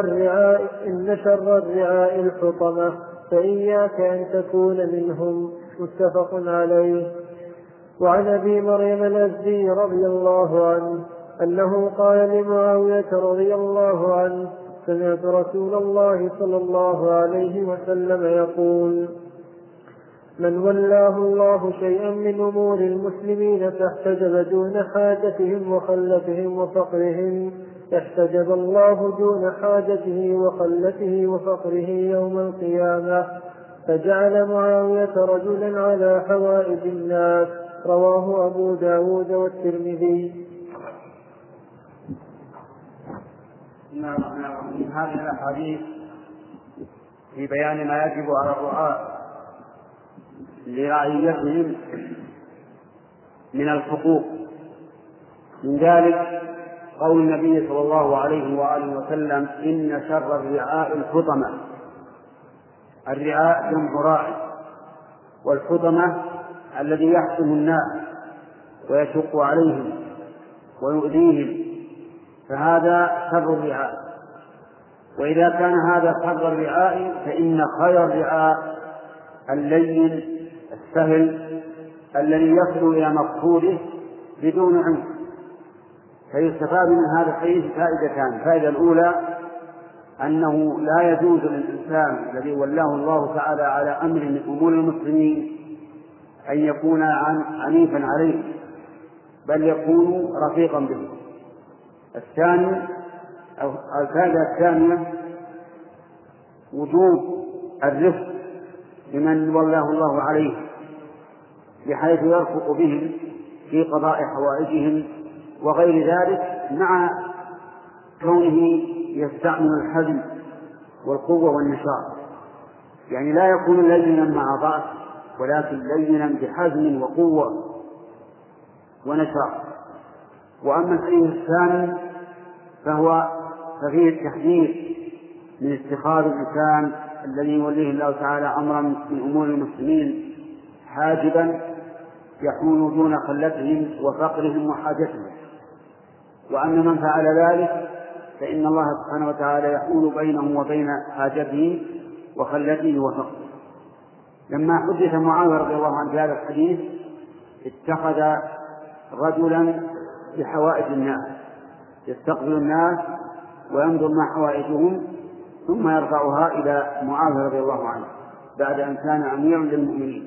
شر الرعاء الحطمة، فإياك أن تكون منهم. متفق عليه. وعن أبي مريم الأزدي رضي الله عنه أنه قال لمعاوية رضي الله عنه: سمعت رسول الله صلى الله عليه وسلم يقول: من ولاه الله شيئا من أمور المسلمين فاحتجب دون حاجتهم وخلتهم وفقرهم، احتجب الله دون حاجته وخلته وفقره يوم القيامة، فجعل معاوية رجلا على حوائج الناس. رواه أبو داود والترمذي. من هذه الأحاديث في بيان ما يجب على الرعاة لرعيتهم من الحقوق. من ذلك قول النبي صلى الله عليه وآله وسلم: إن شر الرعاء الحطمة. الرعاء جمع راعي، والحطمة الذي يحطم الناس ويشق عليهم ويؤذيهم، فهذا شر الرعاء. وإذا كان هذا شر الرعاء فإن خير الرعاء اللين السهل الذي يصل إلى مقصوده بدون عنف. فيستفاد من هذا الحديث فائدتان: الفائدة الأولى أنه لا يجوز للإنسان الذي ولاه الله تعالى على أمر من أمور المسلمين أن يكون عنيفا عليه، بل يكون رفيقا به. الفائدة الثانية وجوب الرفق بمن ولاه الله عليه، بحيث يرفق بهم في قضاء حوائجهم وغير ذلك، مع كونه يستعمل الحزم والقوة والنشاط. يعني لا يكون لينا مع ضعف، ولكن لينا بحزم وقوة ونشاط. وأما الحديث الثاني ففيه التحذير من اتخاذ الإنسان الذي يوليه الله تعالى أمرا من أمور المسلمين حاجبا يحول دون خلتهم وفقرهم وحاجتهم. وأن من فعل ذلك فإن الله سبحانه وتعالى يحول بينه وبين حاجته وخلته وفقره. لما حدث معاوية رضي الله عنه بهذا الحديث اتخذ رجلا بحوائج الناس، يستقبل الناس وينظر ما حوائجهم ثم يرفعها إلى معاوية رضي الله عنه بعد أن كان أميرا للمؤمنين.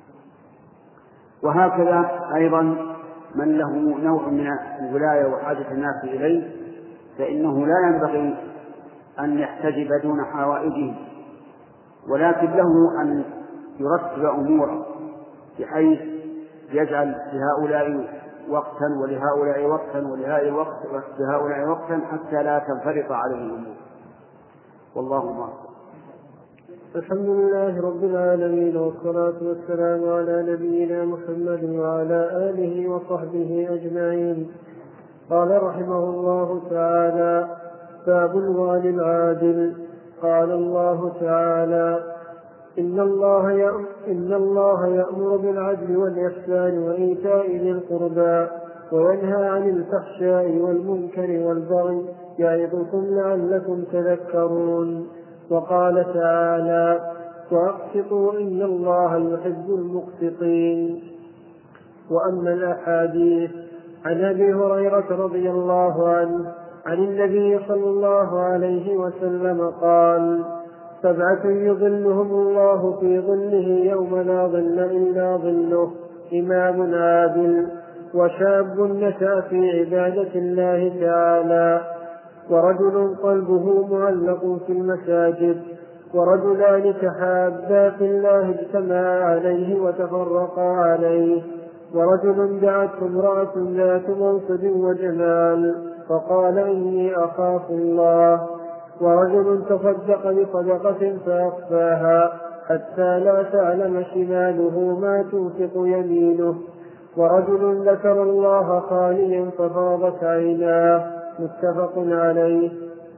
وهكذا أيضا من له نوع من الولاية وحاجة الناس إليه فإنه لا ينبغي أن يحتجب دون حوائجه، ولكن له أن يرتب أموره بحيث يجعل لهؤلاء وقتا ولهؤلاء وقتا ولهؤلاء وقتا حتى لا تنفرط عليه الأمور. والله أعلم. الحمد لله رب العالمين، والصلاة والسلام على نبينا محمد وعلى آله وصحبه أجمعين. قال رحمه الله تعالى: باب الوالي العادل. قال الله تعالى: إن الله يأمر بالعدل والإحسان وإيتاء ذي القربى وينهى عن الفحشاء والمنكر والبغي يعظكم لعلكم تذكرون. وقال تعالى: وأقسطوا إن الله يحب المقسطين. وأما الأحاديث: عن أبي هريرة رضي الله عنه عن النبي صلى الله عليه وسلم قال: 7 يظلهم الله في ظله يوم لا ظل إلا ظله: إمام عادل وشاب نشأ في عبادة الله تعالى، ورجل قلبه معلق في المساجد، ورجلان تحابا في الله اجتمعا عليه وتفرقا عليه، ورجل دعته امرأة ذات منصب وجمال فقال إني أخاف الله، ورجل تصدق بصدقة فأخفاها حتى لا تعلم شماله ما تنفق يمينه، ورجل ذكر الله خاليا ففاضت عيناه. متفق عليه.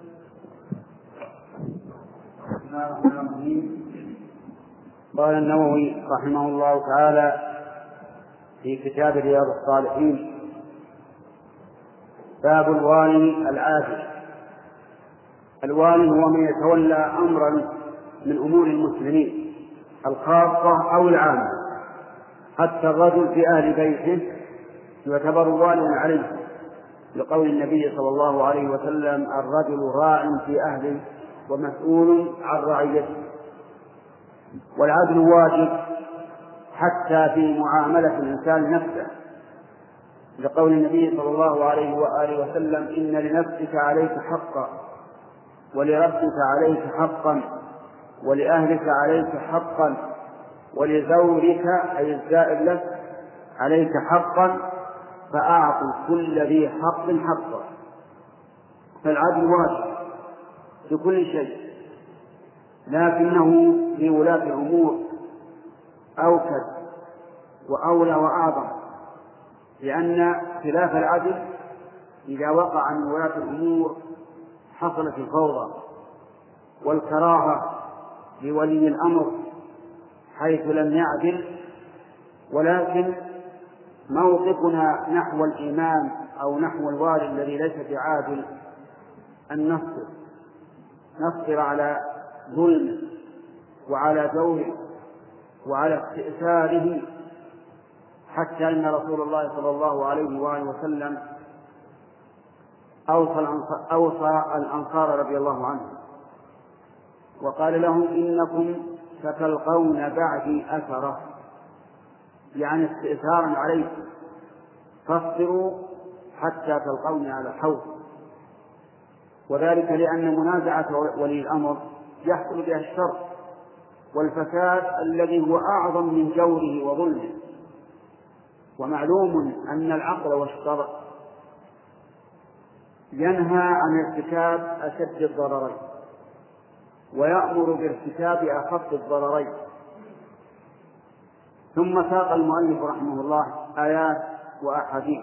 قال النووي رحمه الله تعالى في كتاب رياض الصالحين: باب الوالي العادل. الوالي هو من يتولى أمرا من أمور المسلمين الخاصة أو العامة، حتى الرجل في أهل بيته يعتبر واليا عليه، لقول النبي صلى الله عليه وسلم: الرجل راع في أهله ومسؤول عن رعيته. والعدل واجب حتى في معاملة الإنسان نفسه، لقول النبي صلى الله عليه وآله وسلم: إن لنفسك عليك حقا، ولربك عليك حقا، ولأهلك عليك حقا، ولزوجك أي الزائر لك عليك حقا، فأعط كل ذي حق حقه. فالعدل واجب في كل شيء، لكنه في ولاة الأمور أوكد وأولى وأعظم، لأن خلاف العدل إذا وقع من ولاة الأمور حصلت الفوضى والكراهة لولي الأمر حيث لم يعدل. ولكن موقفنا نحو الإمام أو نحو الوالي الذي ليس بعادل أن نصبر على ظلمه وعلى جوره وعلى استئثاره، حتى إن رسول الله صلى الله عليه وآله وسلم أوصى الأنصار رضي الله عنهم وقال لهم: إنكم ستلقون بعدي أثرة، يعني استئثارا عليكم، فاصبروا حتى تلقوني على الحوض. وذلك لأن منازعة ولي الأمر يحصل بها الشر والفساد الذي هو أعظم من جوره وظلمه. ومعلوم أن العقل والشرع ينهى عن ارتكاب أشد الضررين ويأمر بارتكاب أخف الضررين. ثم ساق المؤلف رحمه الله آيات وأحاديث،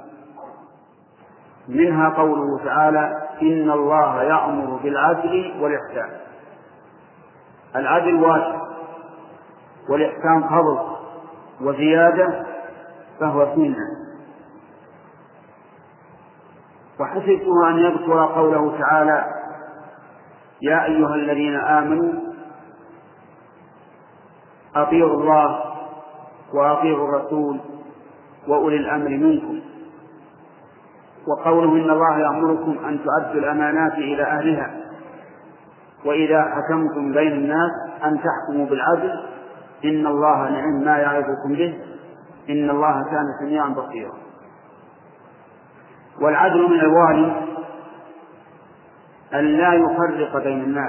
منها قوله تعالى: إن الله يأمر بالعدل والإحسان. العدل واجب، والإحسان فضل وزيادة فهو سنة. وحسبته أن يذكر قوله تعالى: يا أيها الذين آمنوا أطيعوا الله وأطيعوا الرسول وأولي الأمر منكم، وقوله: إن الله يأمركم أن تؤدوا الأمانات إلى أهلها وإذا حكمتم بين الناس أن تحكموا بالعدل إن الله نعم ما يعظكم به إن الله كان سميعا بصيرا. والعدل من الوالي أن لا يفرق بين الناس،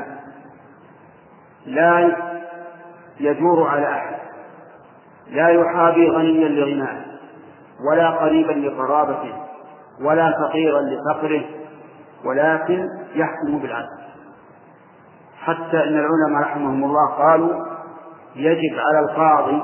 لا يجور على أحد، لا يحابي غنيا لغناه ولا قريبا لقرابته ولا فقيرا لفقره، ولكن يحكم بالعدل. حتى إن العلماء رحمهم الله قالوا: يجب على القاضي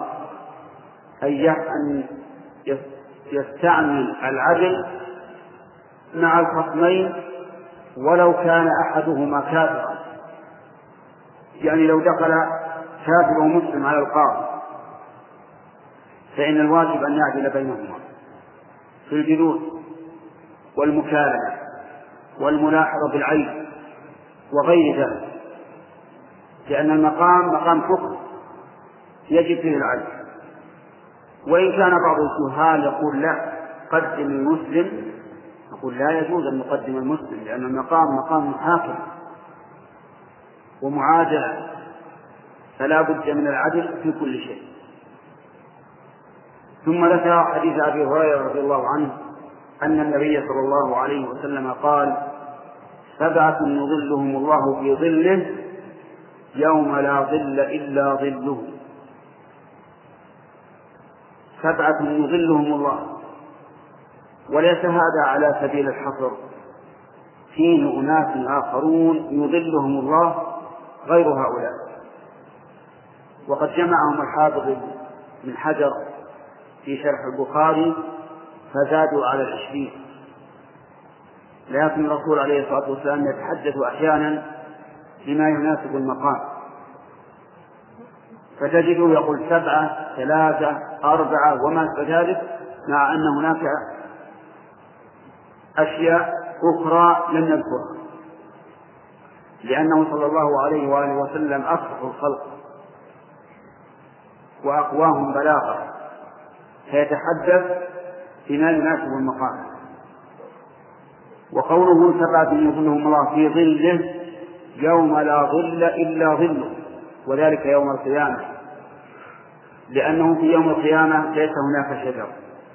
أن يستعمل العدل مع الخصمين ولو كان أحدهما كافرا. يعني لو دخل كافر ومسلم على القاضي فإن الواجب أن يعدل بينهما في الجلوس والمكالمة والملاحظة بالعين وغير ذلك، لأن المقام مقام حكم يجب فيه العدل. وإن كان بعض الجهال يقول: لا، قدم المسلم، نقول: لا يجوز أن نقدم المسلم، لأن المقام مقام محاكم ومعادلة، فلا بد من العدل في كل شيء. ثم ذكر حديث أبي هريرة رضي الله عنه أن النبي صلى الله عليه وسلم قال: 7 يظلهم الله في ظله يوم لا ظل إلا ظله. 7 يظلهم الله، وليس هذا على سبيل الحصر، فيه أناس آخرون يظلهم الله غير هؤلاء. وقد جمعهم الحافظ بن حجر في شرح البخاري فزادوا على 20. لكن الرسول عليه الصلاة والسلام يتحدث أحيانا بما يناسب المقام، فتجده يقول 7 3 4 وما ذلك، مع أن هناك أشياء أخرى لم نذكرها، لأنه صلى الله عليه وآله وسلم أفصح الخلق وأقواهم بلاغة، فيتحدث بما يناسب المقام. وقوله 7 يظلهم الله في ظله يوم لا ظل إلا ظله، وذلك يوم القيامة، لأنه في يوم القيامة ليس هناك شجر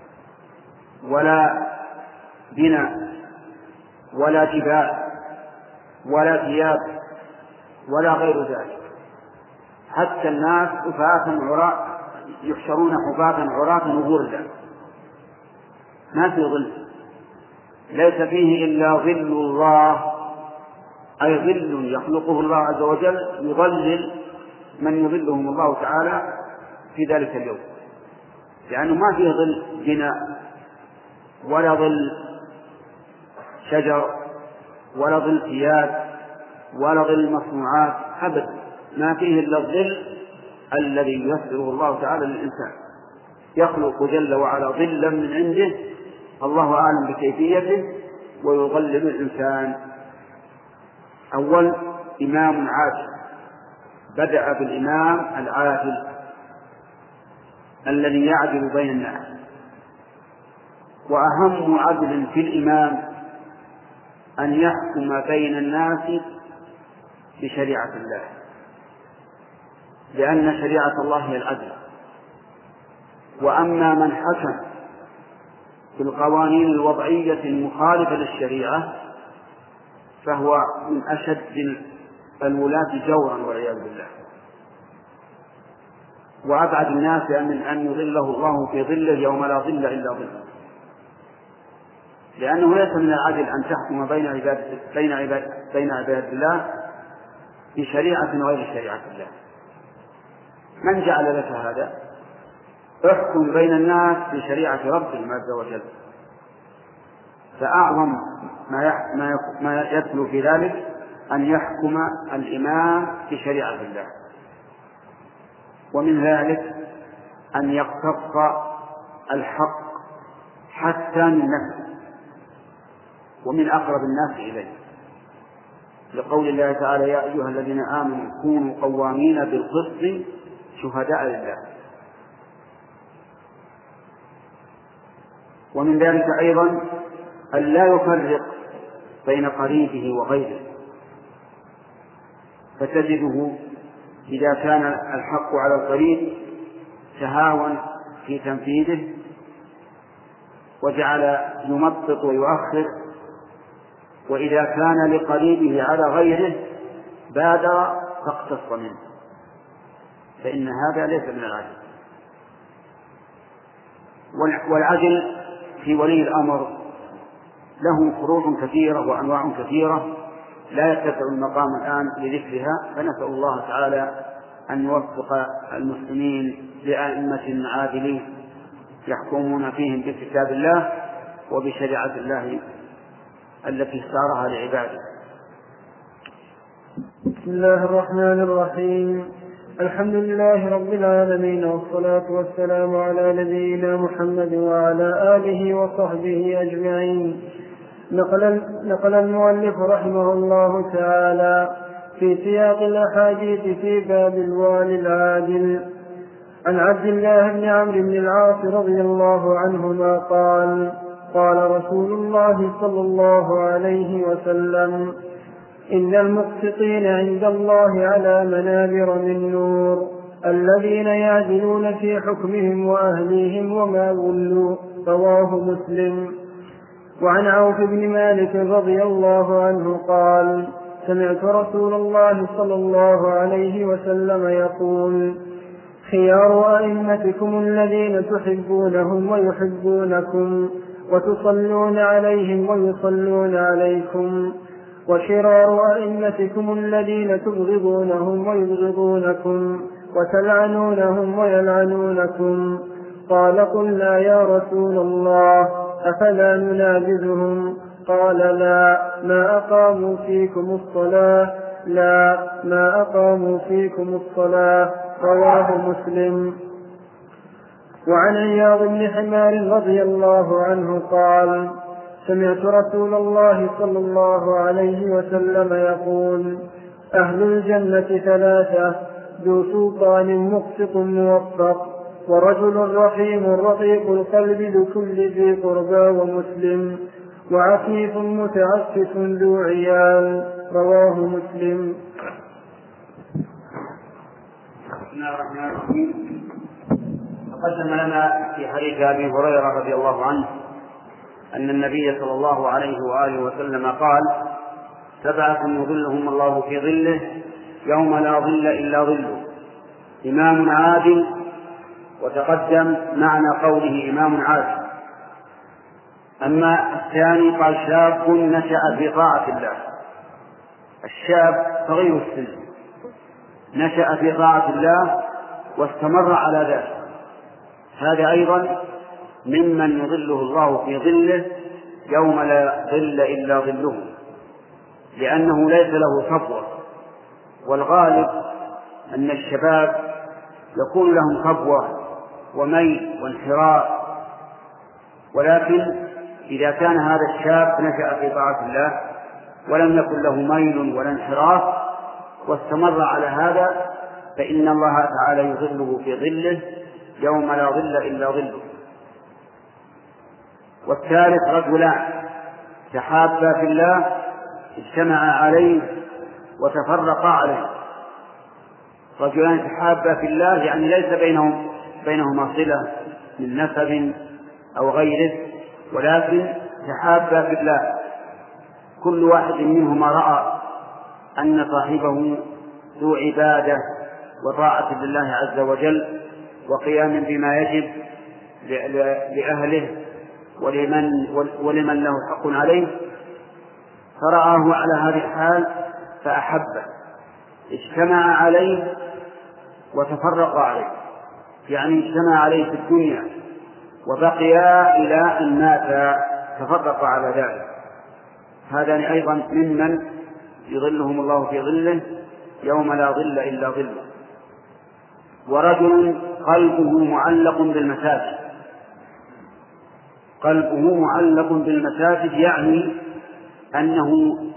ولا بناء ولا جبال ولا ثياب ولا غير ذلك، حتى الناس يحشرون حفاة عراة غرلا، ما في ظل، ليس فيه إلا ظل الله، أي ظل يخلقه الله عز وجل يظلل من يظلهم الله تعالى في ذلك اليوم، لأنه ما فيه ظل بناء ولا ظل شجر ولا ظل ثياب ولا ظل مصنوعات أبدا، ما فيه إلا الظل الذي يسره الله تعالى للإنسان، يخلق جل وعلا ظلا من عنده الله أعلم بكيفيته ويظلل الإنسان. أول إمام عادل، بدأ بالإمام العادل الذي يعدل بين الناس، وأهم عدل في الإمام أن يحكم بين الناس بشريعة الله، لأن شريعة الله هي العدل. وأما من حكم بالقوانين الوضعية المخالفة للشريعة فهو من أشد الولاة جورا والعياذ بالله، وأبعد الناس من أن يظله الله في ظله يوم لا ظل إلا ظله، لأنه ليس من العدل أن تحكم بين عباد الله بشريعة غير شريعة الله. من جعل لك هذا؟ احكم بين الناس بشريعة ربهم عز وجل، فأعظم ما يدخل في ذلك أن يحكم الإمام بشريعة الله، ومن ذلك أن يقتص الحق حتى من نفسه ومن أقرب الناس إليه، لقول الله تعالى: يا أيها الذين آمنوا كونوا قوامين بالقسط شهداء لله. ومن ذلك أيضا أن لا يفرق بين قريبه وغيره، فتجده إذا كان الحق على القريب تهاون في تنفيذه وجعل يمطط ويؤخر، وإذا كان لقريبه على غيره بادر فاقتص منه، فإن هذا ليس من العدل. والعدل في ولي الأمر له فروع كثيرة وأنواع كثيرة لا يتسع المقام الآن لذكرها، فنسأل الله تعالى أن يوفق المسلمين لأئمة عادلين يحكمون فيهم بكتاب الله وبشريعة الله التي اختارها لعباده. بسم الله الرحمن الرحيم. الحمد لله رب العالمين، والصلاة والسلام على نبينا محمد وعلى آله وصحبه أجمعين. نقل المؤلف رحمه الله تعالى في سياق الأحاديث في باب الوالي العادل عن عبد الله بن عمرو بن العاص رضي الله عنهما قال: قال رسول الله صلى الله عليه وسلم: إن المقسطين عند الله على منابر من نور الذين يعدلون في حكمهم وأهليهم وما ولوا. رواه مسلم. وعن عوف بن مالك رضي الله عنه قال: سمعت رسول الله صلى الله عليه وسلم يقول: خيار أئمتكم الذين تحبونهم ويحبونكم وتصلون عليهم ويصلون عليكم، وشرار أئمتكم الذين تبغضونهم ويبغضونكم وتلعنونهم ويلعنونكم. قال: قلنا يا رسول الله أفلا ننابذهم؟ قال: لا ما أقاموا فيكم الصلاة. رواه مسلم. وعن عياض بن حمار رضي الله عنه قال: سمعت رسول الله صلى الله عليه وسلم يقول: أهل الجنة ثلاثة: ذو سلطان مقسط موفق، ورجل رحيم رقيق القلب لكل ذي قربى ومسلم، وعفيف متعفف ذو عيال. رواه مسلم. بسم الله الرحمن الرحيم. تقدم لنا في حديث أبي هريرة رضي الله عنه أن النبي صلى الله عليه وآله وسلم قال: 7 يظلهم الله في ظله يوم لا ظل إلا ظله: إمام عادل. وتقدم معنى قوله إمام عادل. أما الثاني قال: شاب نشأ في طاعة الله. الشاب صغير السن نشأ في طاعة الله واستمر على ذلك، هذا أيضا ممن يظله الله في ظله يوم لا ظل إلا ظله، لأنه ليس له صبوة. والغالب أن الشباب يكون لهم صبوة وميل وانحراف، ولكن إذا كان هذا الشاب نشأ في طاعة الله ولم يكن له ميل ولا انحراف واستمر على هذا، فإن الله تعالى يظله في ظله يوم لا ظل إلا ظله. والثالث: رجلان تحابا في الله اجتمعا عليه وتفرقا عليه. رجلان تحابا في الله يعني ليس بينهما صلة من نسب أو غيره، ولكن تحابا في الله، كل واحد منهما رأى أن صاحبه ذو عبادة وطاعة لله عز وجل وقيام بما يجب لأهله ولمن له حق عليه، فرآه على هذه الحال فأحبه، اجتمع عليه وتفرق عليه، يعني اجتمع عليه في الدنيا وبقيا إلى أن مات تفرق على ذلك. هذان أيضا ممن يظلهم الله في ظله يوم لا ظل إلا ظله. ورجل قلبه معلق بالمساجد. قلبه معلق بالمساجد يعني أنه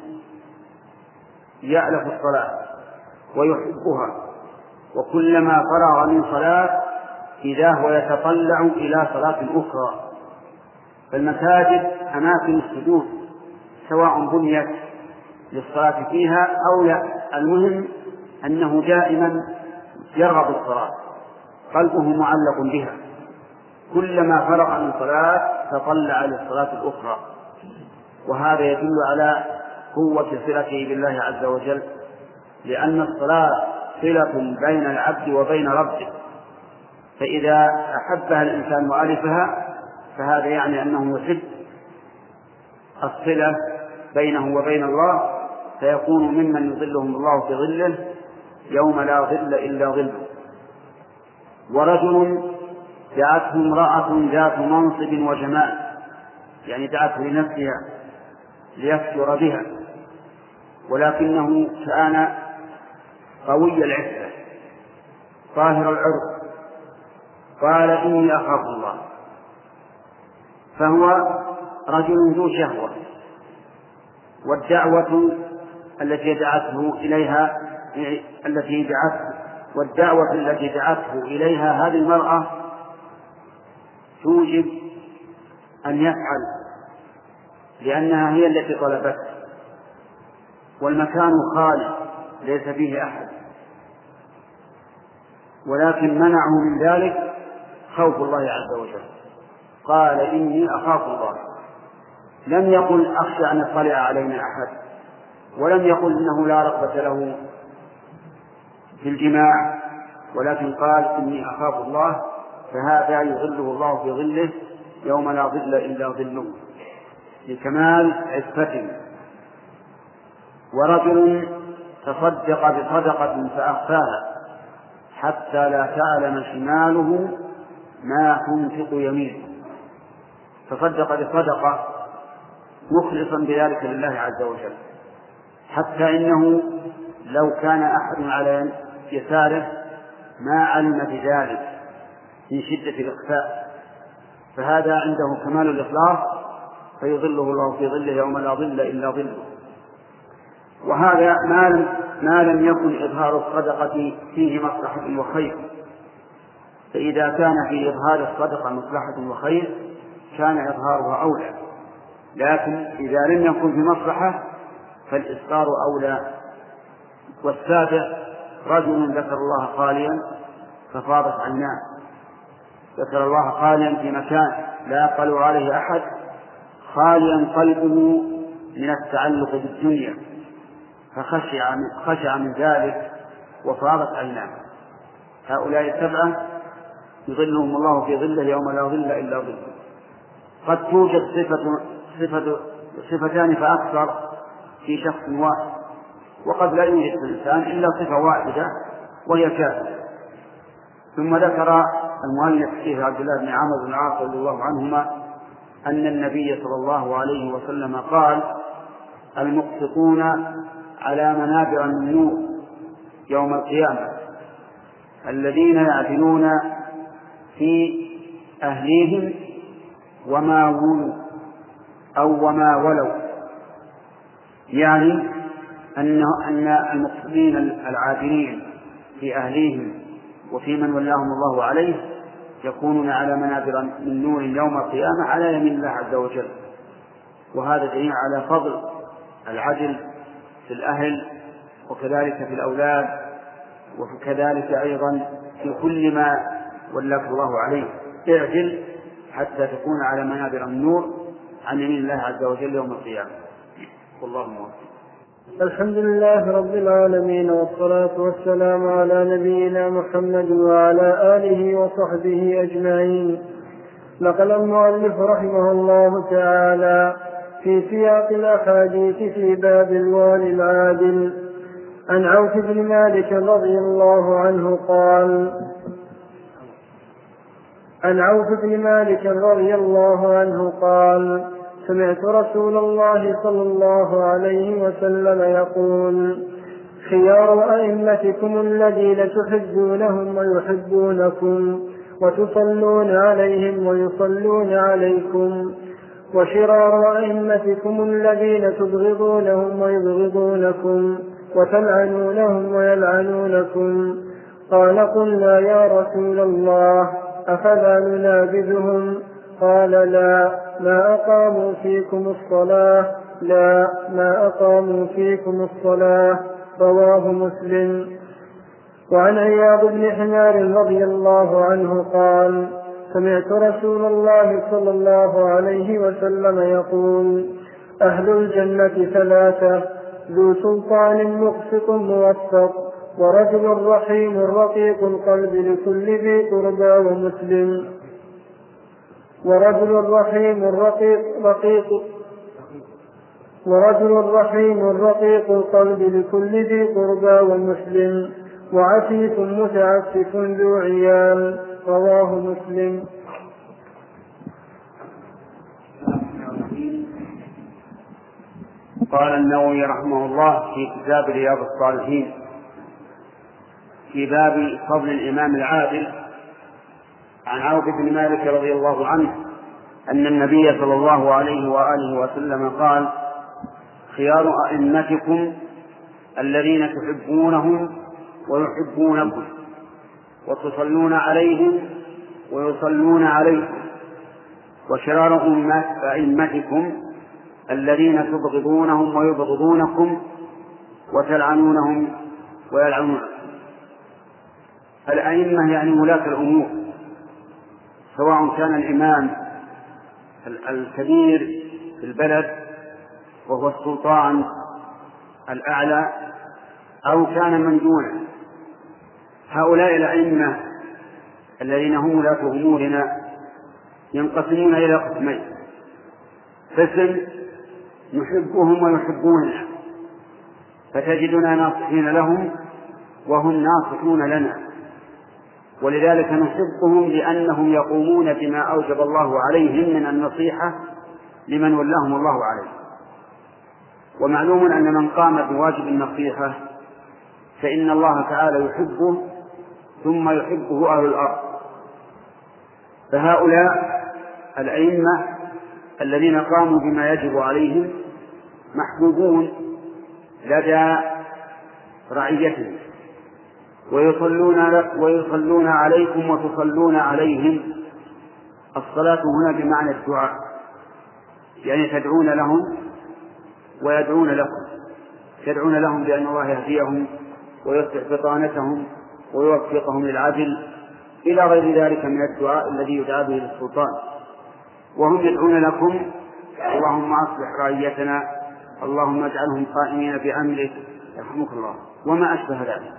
يألف الصلاة ويحبها، وكلما فرغ من صلاة إذا هو يتطلع إلى صلاة أخرى. فالمساجد أماكن السجود سواء بنيت للصلاة فيها أو لا، المهم أنه دائما يرغب الصلاة، قلبه معلق بها، كلما فرغ من صلاة تطلع للصلاة الأخرى. وهذا يدل على قوة صلته بالله عز وجل، لأن الصلاة صلة بين العبد وبين ربه، فإذا أحبها الإنسان وألفها فهذا يعني أنه يحب الصلة بينه وبين الله، فيكون ممن يظلهم الله في ظله يوم لا ظل إلا ظله. ورجل دعته امرأة ذات منصب وجمال، يعني دعته لنفسها ليفجر بها، ولكنه كان قوي العفة طاهر العرق، قال: إني أخاف الله. فهو رجل ذو شهوة، والدعوة التي دعته إليها هذه المرأة توجب أن يفعل، لأنها هي التي طلبته، والمكان خالي ليس فيه أحد. ولكن منعه من ذلك خوف الله عز وجل. قال إني أخاف الله، لم يقل أخشى أن يطلع علينا أحد، ولم يقل إنه لا رغبة له في الجماع، ولكن قال إني أخاف الله، فهذا يظله الله في ظله يوم لا ظل إلا ظله لكمال عفته. ورجل تصدق بصدقة فأخفاها حتى لا تعلم شماله ما تنفق يمينه، تصدق بصدقة مخلصا بذلك لله عز وجل، حتى إنه لو كان أحد على يساره ما علم بذلك من شدة الإخفاء، فهذا عنده كمال الإخلاص فيظله الله في ظله يوم لا ظل إلا ظله. وهذا ما لم يكن إظهار الصدقة فيه مصلحة وخير، فإذا كان في إظهار الصدقة مصلحة وخير كان إظهارها أولى، لكن إذا لم يكن في مصلحة فالإصرار أولى. والسابع رجل ذكر الله خاليا ففاضت عيناه، ذكر الله خاليا في مكان لا يقل عليه أحد، خاليا قلبه من التعلق بالدنيا، فخشع من ذلك وفاضت عيناه. هؤلاء السبعة يظلهم الله في ظله يوم لا ظل إلا ظله. قد توجد صفتان فأكثر في شخص واحد، وقد لا يوجد في الإنسان إلا صفة واحدة وهي كافر. ثم ذكر المؤلف فيه عبد الله بن عمرو بن العاص رضي الله عنهما أن النبي صلى الله عليه وسلم قال: المقسطون على منابر من نور يوم القيامة الذين يعدلون في أهليهم وما ولوا أو وما ولوا، يعني أن المقسطين العادلين في أهليهم وفي من ولاهم الله عليه يكونون على منابر من نور يوم القيامة على يمين الله عز وجل. وهذا دليل على فضل العدل في الأهل وكذلك في الأولاد وكذلك أيضا في كل ما ولاك الله عليه. اعدل حتى تكون على منابر من نور عن يمين الله عز وجل يوم القيامة. والله موفق. الحمد لله رب العالمين، والصلاة والسلام على نبينا محمد وعلى آله وصحبه أجمعين. نقل المؤلف رحمه الله تعالى في سياق الأحاديث في باب الوالي العادل عن عوف بن مالك رضي الله عنه قال: عن عوف بن مالك رضي الله عنه قال: سمعت رسول الله صلى الله عليه وسلم يقول: خيار أئمتكم الذين تحبونهم ويحبونكم وتصلون عليهم ويصلون عليكم، وشرار أئمتكم الذين تبغضونهم ويبغضونكم وتلعنونهم ويلعنونكم. قال: قلنا يا رسول الله أفلا ننابذهم؟ قال: لا، ما أقاموا فيكم الصلاة، لا، ما أقاموا فيكم الصلاة. رواه مسلم. وعن عياض بن حمار رضي الله عنه قال: سمعت رسول الله صلى الله عليه وسلم يقول: أهل الجنة ثلاثة: ذو سلطان مقسط موفق، ورجل رحيم رقيق القلب لكل ذي قربى ومسلم. ورجل رحيم رقيق القلب لكل ذي قربى ومسلم، وعفيف متعفف ذو عيال. رواه مسلم. قال النووي رحمه الله في كتاب رياض الصالحين في باب فضل الإمام العادل عن عوف بن مالك رضي الله عنه أن النبي صلى الله عليه وآله وسلم قال: خيار أئمتكم الذين تحبونهم ويحبونكم وتصلون عليهم ويصلون عليكم، وشرار أئمتكم الذين تبغضونهم ويبغضونكم وتلعنونهم ويلعنونكم. الأئمة يعني ولاة الأمور، سواء كان الإمام الكبير في البلد وهو السلطان الأعلى أو كان من دونه. هؤلاء الأئمة الذين هم ولاة أمورنا ينقسمون إلى قسمين: قسم نحبهم ويحبوننا، فتجدنا ناصحين لهم وهم ناصحون لنا، ولذلك نحبهم لأنهم يقومون بما أوجب الله عليهم من النصيحة لمن ولاهم الله عليه. ومعلوم أن من قام بواجب النصيحة فإن الله تعالى يحبه ثم يحبه أهل الأرض. فهؤلاء الأئمة الذين قاموا بما يجب عليهم محبوبون لدى رعيتهم، ويصلون عليكم وتصلون عليهم. الصلاة هنا بمعنى الدعاء، يعني تدعون لهم ويدعون لكم، تدعون لهم بأن الله يهديهم ويصلح بطانتهم ويوفقهم للعدل إلى غير ذلك من الدعاء الذي يدعى به للسلطان، وهم يدعون لكم: اللهم أصلح رعيتنا، اللهم اجعلهم قائمين بأمرك، يرحمك الله، وما أشبه ذلك.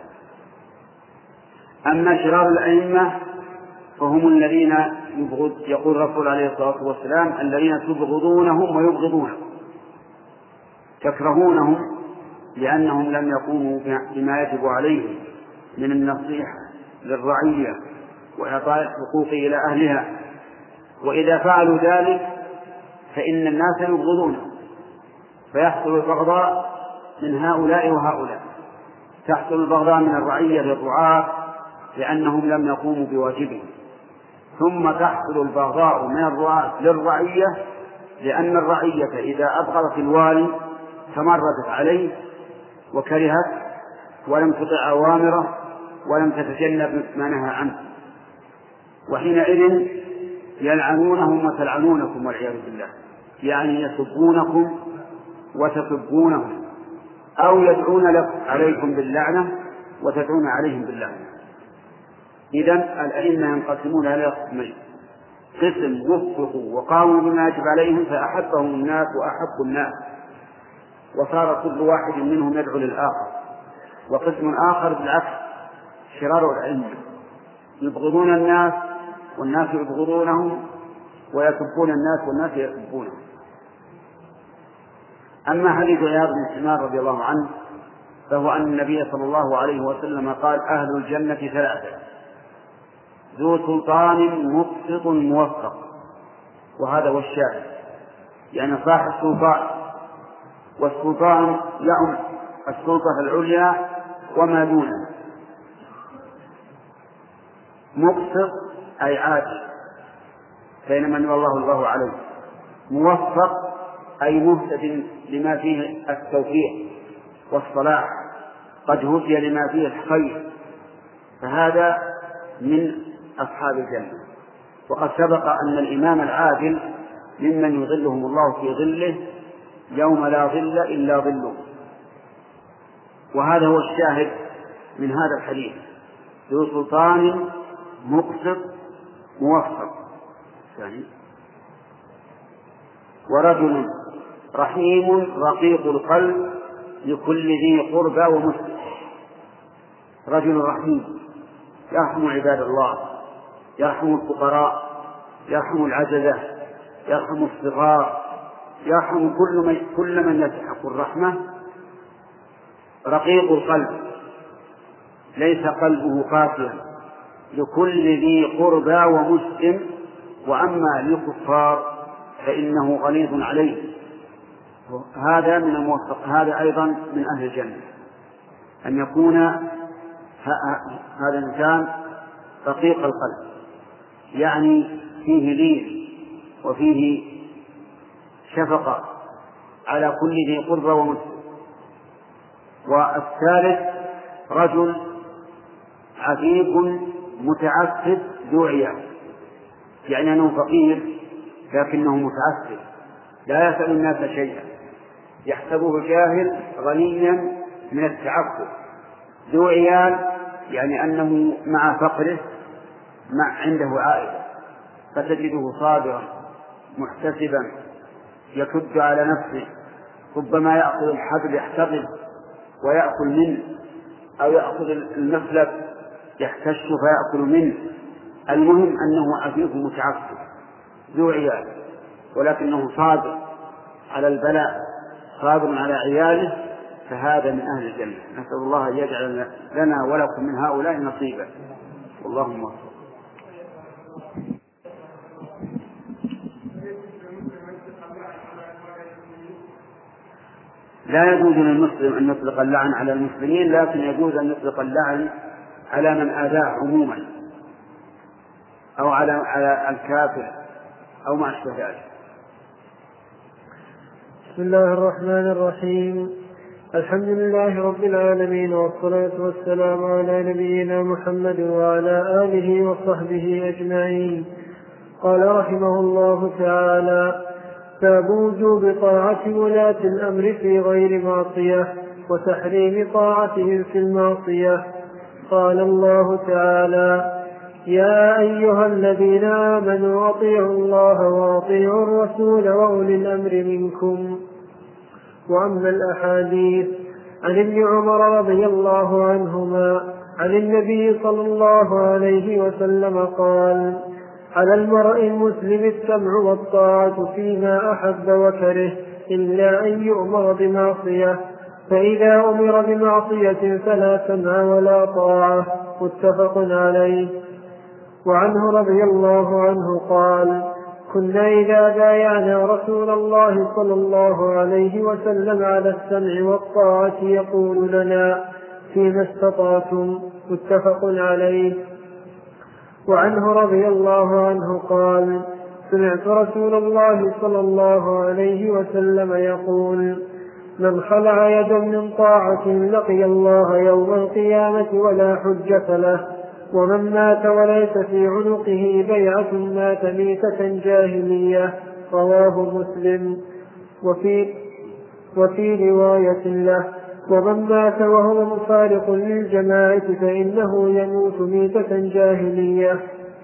أما شرار الأئمة فهم الذين يقول الرسول عليه الصلاة والسلام: الذين تبغضونهم ويبغضونهم، تكرهونهم لأنهم لم يقوموا بما يجب عليهم من النصيحة للرعية وإعطاء الحقوق إلى أهلها، وإذا فعلوا ذلك فإن الناس يبغضونهم، فيحصل البغضاء من هؤلاء وهؤلاء. تحصل البغضاء من الرعية للرعاة لأنهم لم يقوموا بواجبهم، ثم تحصل البغضاء من الرعاة للرعية لأن الرعية إذا أبغضت الوالي تمردت عليه وكرهت ولم تطع أوامره ولم تتجنب ما نهى عنه، وحينئذ يلعنونهم وتلعنونكم والعياذ بالله، يعني يسبونكم وتسبونهم، أو يدعون لكم عليكم باللعنة وتدعون عليهم باللعنة. إذن الأئمة ينقسمون إلى قسمين: قسم وفقوا وقاموا بما يجب عليهم فأحبهم الناس وأحبوا الناس وصار كل واحد منهم يدعو للآخر، وقسم آخر بالعكس شرار الأئمة يبغضون الناس والناس يبغضونهم ويسبون الناس والناس يسبونهم. أما حديث عياض بن حمار رضي الله عنه فهو أن النبي صلى الله عليه وسلم قال: أهل الجنة ثلاثة: ذو سلطان مقسط موفق، وهذا هو الشاهد، يعني صاحب سلطان، والسلطان يعم السلطة العليا وما دونه. مقسط أي عادل فإن من الله عليه. موفق أي مهتد لما فيه التوفيق والصلاح، قد هدي لما فيه الخير، فهذا من أصحاب الجنة. وقد سبق أن الإمام العادل ممن يظلهم الله في ظله يوم لا ظل إلا ظله، وهذا هو الشاهد من هذا الحديث: ذو سلطان مقسط موفق. ورجل رحيم رقيق القلب لكل ذي قربى ومسلم. رجل رحيم يرحم عباد الله، يرحم الفقراء، يرحم العجزة، يرحم الصغار، يرحم كل من يستحق الرحمة. رقيق القلب ليس قلبه قاسيا، لكل ذي قربى ومسلم، وأما للكفار فإنه غليظ عليه. هذا من الموفق، هذا أيضا من أهل الجنة، أن يكون هذا الإنسان رقيق القلب، يعني فيه لين وفيه شفقة على كل ذي قربى ومسلم. والثالث رجل عفيف متعفف ذو عيال، يعني أنه فقير لكنه متعفف لا يسأل الناس شيئا، يحسبه الجاهل غنيا من التعفف، ذو عيال يعني أنه مع فقره عنده عائلة، فتجده صابرا محتسبا يكد على نفسه، ربما يأخذ الحبل يحتضن ويأكل منه، أو يأخذ المخلب يحتش فيأكل منه. المهم أنه عفيف متعفف ذو عيال، ولكنه صابر على البلاء، صابر على عياله، فهذا من أهل الجنة. نسأل الله أن يجعل لنا ولكم من هؤلاء نصيبا. اللهم وفق. لا يجوز للمسلم أن يطلق اللعن على المسلمين، لكن يجوز أن يطلق اللعن على من آذاه عموما، أو على الكافر أو ما أشبه ذلك. بسم الله الرحمن الرحيم. الحمد لله رب العالمين، والصلاة والسلام على نبينا محمد وعلى آله وصحبه أجمعين. قال رحمه الله تعالى: باب وجوب طاعة ولاة الأمر في غير معصية، وتحريم طاعتهم في المعصية. قال الله تعالى: يا أيها الذين آمنوا أطيعوا الله وأطيعوا الرسول وأولي الأمر منكم. وأما الأحاديث عن ابن عمر رضي الله عنهما عن النبي صلى الله عليه وسلم قال: على المرء المسلم السمع والطاعة فيما أحب وكره، إلا أن يؤمر بمعصية، فإذا أمر بمعصية فلا سمع ولا طاعة. متفق عليه. وعنه رضي الله عنه قال: كنا إذا بايعنا رسول الله صلى الله عليه وسلم على السمع والطاعة يقول لنا: فيما استطعتم. متفق عليه. وعنه رضي الله عنه قال: سمعت رسول الله صلى الله عليه وسلم يقول: من خلع يدا من طاعة لقي الله يوم القيامة ولا حجة له، ومن مات وليس في عنقه بيعة مات ميتة جاهلية. رواه مسلم. وفي رواية له: ومن مات وهو مفارق للجماعة فإنه يموت ميتة جاهلية.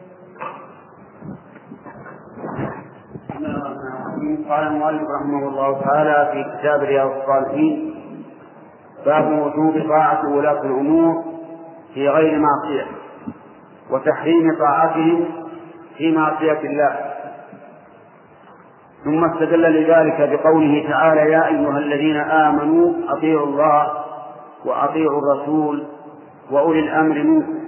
قال المؤلف رحمه الله تعالى في كتاب رياض الصالحين: باب وجوب طاعة ولاة الأمور في غير معصية، وتحريم طاعتهم في معصية الله. ثم استدل لذلك بقوله تعالى: يا أيها الذين آمنوا أطيعوا الله وأطيعوا الرسول وأولي الأمر منكم.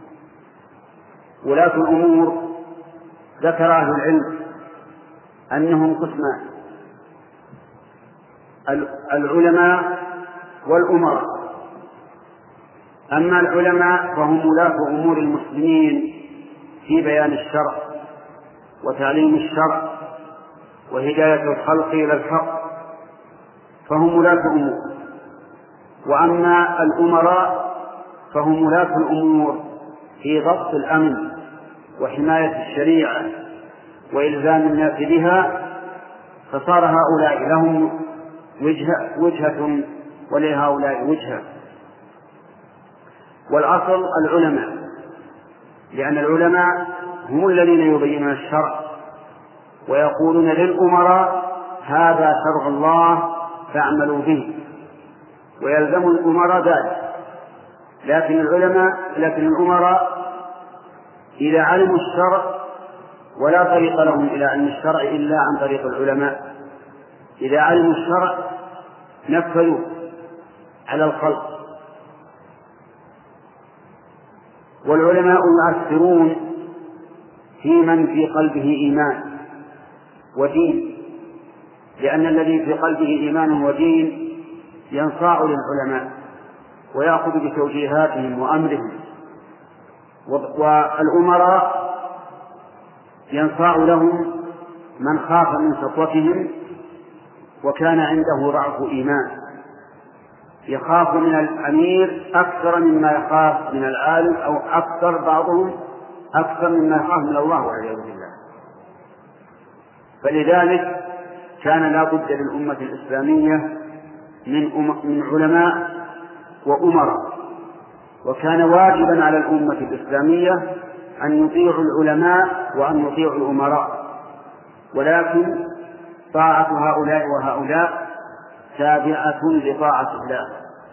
ولاة الأمور ذكر أهل العلم أنهم قسمان: العلماء والأمراء. أما العلماء فهم ولاة أمور المسلمين في بيان الشرع وتعليم الشرع وهداية الخلق إلى الحق، فهم ولاة أمور. وأما الأمراء فهم ولاة الأمور في ضبط الأمن وحماية الشريعة وإلزام الناس بها، فصار هؤلاء لهم وجهة ولهؤلاء وجهة. والأصل العلماء، لأن العلماء هم الذين يبينون الشرع ويقولون للأمراء: هذا شرع الله فاعملوا به، ويلزم الأمراء ذلك. لكن الأمراء إذا علموا الشرع ولا طريق لهم إلى علم الشرع إلا عن طريق العلماء، إذا علموا الشرع نفذوا على الخلق. والعلماء يؤثرون في من في قلبه إيمان ودين، لأن الذي في قلبه إيمان ودين ينصاع للعلماء ويأخذ بتوجيهاتهم وأمرهم. والأمراء ينصاع لهم من خاف من سطوتهم وكان عنده ضعف إيمان، يخاف من الأمير أكثر مما يخاف من العالم، أو أكثر بعضهم أكثر مما يخاف من الله والعياذ بالله. فلذلك كان لا بد للأمة الإسلامية من علماء وأمراء، وكان واجبا على الأمة الإسلامية أن يطيعوا العلماء وأن يطيعوا الأمراء، ولكن طاعة هؤلاء وهؤلاء تابعة لطاعة الله،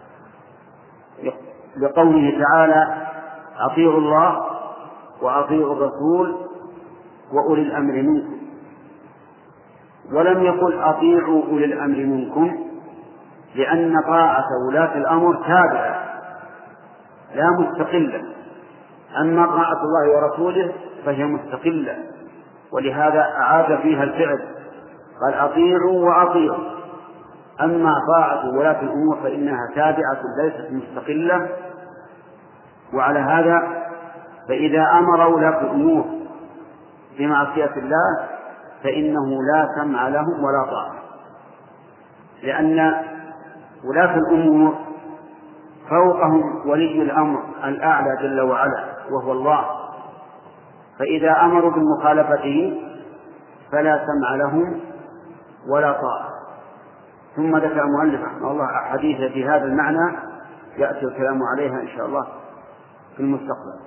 لقوله تعالى: أطيعوا الله وأطيعوا الرسول وأولي الأمر منكم، ولم يقل أطيعوا أولي الأمر منكم، لأن طاعة ولاة الأمر تابعة لا مستقلة، أما طاعة الله ورسوله فهي مستقلة، ولهذا أعاد فيها الفعل، قال: أطيعوا وأطيعوا. أما طاعة ولاة الأمور فإنها تابعة ليست مستقلة، وعلى هذا فإذا أمر ولاة الأمور بمعصية الله فإنه لا سمع لهم ولا طاعة، لأن ولاة الأمور فوقهم ولي الأمر الأعلى جل وعلا وهو الله، فإذا أمروا بمخالفته فلا سمع لهم ولا طاعة. ثم ذكر المؤلف رحمه الله حديث في هذا المعنى يأتي الكلام عليها إن شاء الله في المستقبل.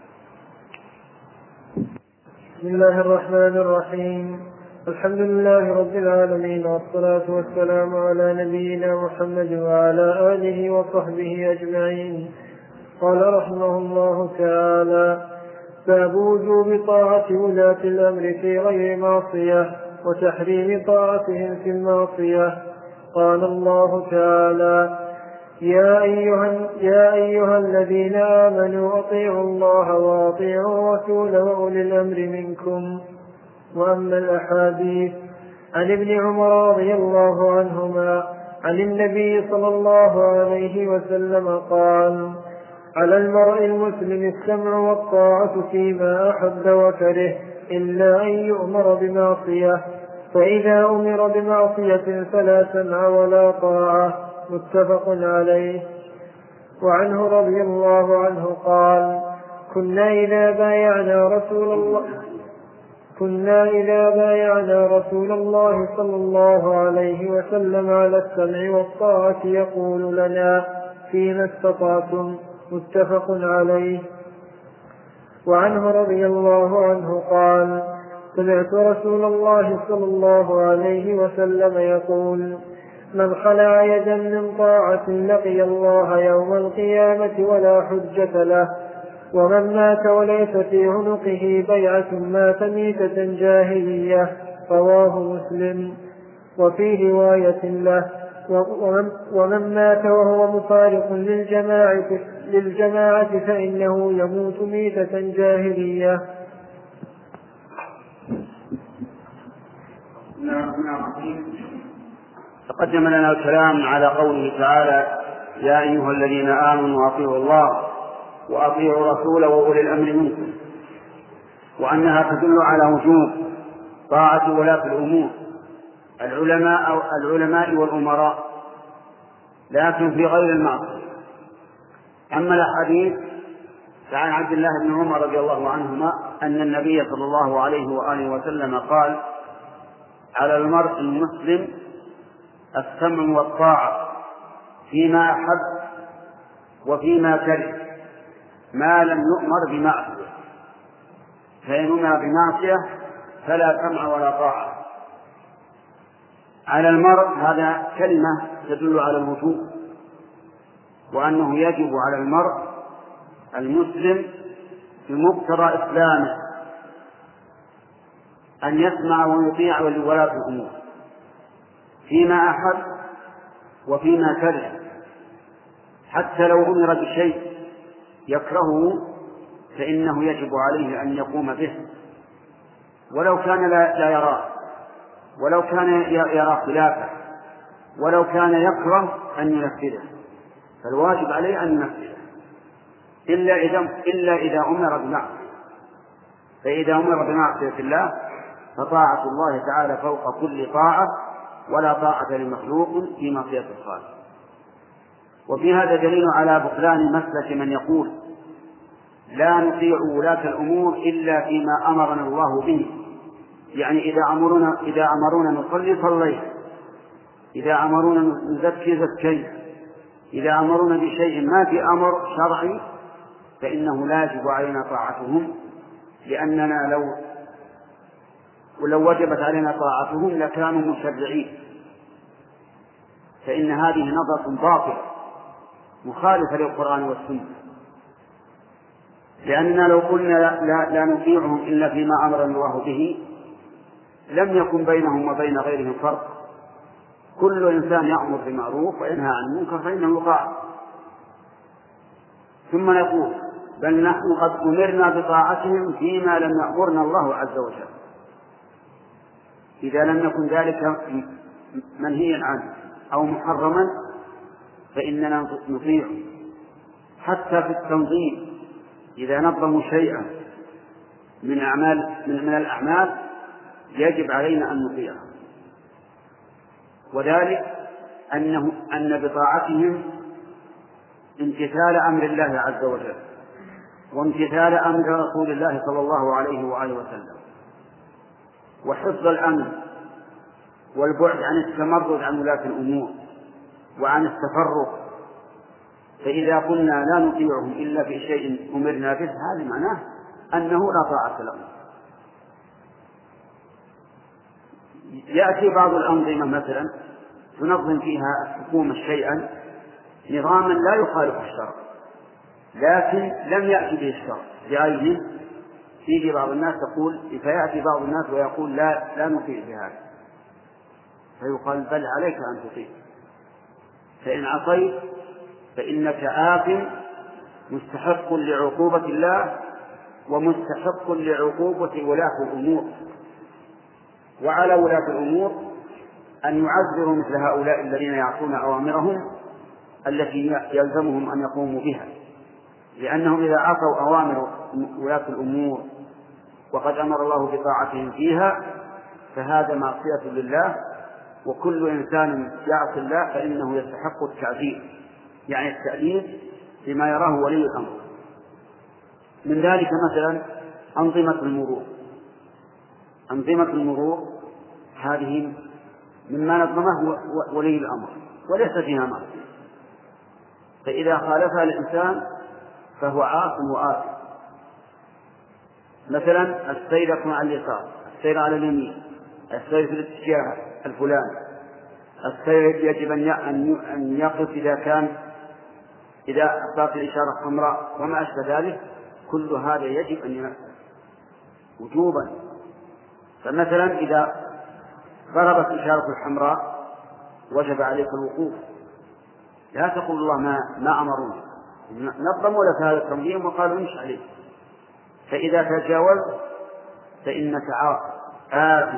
بسم الله الرحمن الرحيم. الحمد لله رب العالمين، والصلاة والسلام على نبينا محمد وعلى آله وصحبه أجمعين. قال رحمه الله تعالى: باب وجوب طاعة ولاة الأمر في غير معصية وتحريم طاعتهم في المعصية. قال الله تعالى: يا أيها الذين آمنوا أطيعوا الله وأطيعوا الرسول وأولي الأمر منكم. وأما الأحاديث عن ابن عمر رضي الله عنهما عن النبي صلى الله عليه وسلم قال: على المرء المسلم السمع والطاعة فيما أحب وكره إلا أن يؤمر بمعصية، فإذا أمر بمعصية فلا سمع ولا طاعة. متفق عليه. وعنه رضي الله عنه قال: كنا إذا بايعنا رسول الله صلى الله عليه وسلم على السمع والطاعة يقول لنا: فيما استطعتم. متفق عليه. وعنه رضي الله عنه قال: سمعت رسول الله صلى الله عليه وسلم يقول: من خلع يدا من طاعة لقي الله يوم القيامة ولا حجة له، ومن مات وليس في عنقه بيعة مات ميتة جاهلية. رواه مسلم. وفي رواية له: ومن مات وهو مفارق للجماعة فإنه يموت ميتة جاهلية. تقدم لنا الكلام على قوله تعالى: يا أيها الذين آمنوا أطيعوا الله وأطيعوا الرسول وأولي الأمر منكم، وأنها تدل على وجوب طاعة ولاة الأمور العلماء والأمراء، لكن في غير المعصية. أما الأحاديث فعن عبد الله بن عمر رضي الله عنهما أن النبي صلى الله عليه وآله وسلم قال: على المرء المسلم السمع والطاعة فيما أحب وفيما كره ما لم يؤمر بمعصية، فإن أمر بمعصية فلا سمع ولا طاعة. على المرء هذا كلمة تدل على الوجوب، وأنه يجب على المرء المسلم بمقتضى إسلامه أن يسمع ويطيع ولاة الأمور فيما أحب وفيما كره، حتى لو أمر بشيء يكرهه فإنه يجب عليه أن يقوم به، ولو كان لا يراه، ولو كان يرى خلافه، ولو كان يكره أن ينفذه، فالواجب عليه أن ينفذه إلا إذا أمر بمعصية. فإذا أمر بمعصية الله فطاعة الله تعالى فوق كل طاعة، ولا طاعة لمخلوق في معصية الخالق. وفي هذا دليل على بطلان مسلك من يقول: لا نطيع ولاة الأمور إلا فيما أمرنا الله به، يعني إذا أمرونا نصلي صلينا، إذا أمرونا نزكي زكينا، إذا أمرونا بشيء ما في أمر شرعي فإنه لا يجب علينا طاعتهم، لأننا لو وجبت علينا طاعتهم لكانوا مشرعين، فإن هذه نظرة باطلة مخالفة للقرآن والسنة. لأننا لو قلنا لا نطيعهم إلا فيما أمر الله به لم يكن بينهم وبين غيرهم فرق، كل إنسان يأمر بالمعروف وينهى عن المنكر فإنه يطاع. ثم نقول بل نحن قد أمرنا بطاعتهم فيما لم يأمرنا الله عز وجل. إذا لم يكن ذلك منهيا عنه أو محرما فإننا نطيع. حتى في التنظيم إذا نظموا شيئا من الأعمال يجب علينا أن نطيعه، وذلك أن بطاعتهم امتثال أمر الله عز وجل وامتثال أمر رسول الله صلى الله عليه وآله وسلم، وحفظ الأمن والبعد عن التمرد عن ولاة الأمور وعن التفرق. فإذا قلنا لا نطيعهم إلا في شيء أمرنا به هذا معناه أنه لا طاعة لهم. يأتي بعض الأنظمة مثلا تنظم فيها الحكومة شيئا نظاما لا يخالف الشرع لكن لم يأتي به الشرع بعينه، يجي بعض الناس فيأتي بعض الناس ويقول لا نطيع بهذا، فيقال بل عليك أن تطيع، فإن عصيت فإنك آثم مستحق لعقوبة الله ومستحق لعقوبة ولاة الأمور. وعلى ولاة الأمور أن يعذروا مثل هؤلاء الذين يعصون أوامرهم التي يلزمهم أن يقوموا بها، لأنهم إذا عصوا أوامر ولاة الأمور وقد أمر الله بطاعتهم فيها فهذا معصية لله، وكل إنسان يعصي الله فإنه يستحق التعذير، يعني التأديب بما يراه ولي الأمر. من ذلك مثلا أنظمة المرور هذه مما نظمه ولي الأمر وليس فيها معصية، فإذا خالفها الإنسان فهو عاصم وآثم. مثلا السير مع اليسار، السير على اليمين، السير في الاتجاه الفلاني، السير يجب أن يقف إذا أعطت الإشارة حمراء وما أشبه ذلك، كل هذا يجب أن ينفذ وجوبا. فمثلا إذا ضربت الإشارة الحمراء وجب عليك الوقوف، لا تقول الله ما أمرون، نظموا لك هذا التنظيم وقالوا امشي عليه، فإذا تجاوزت فإنك آثم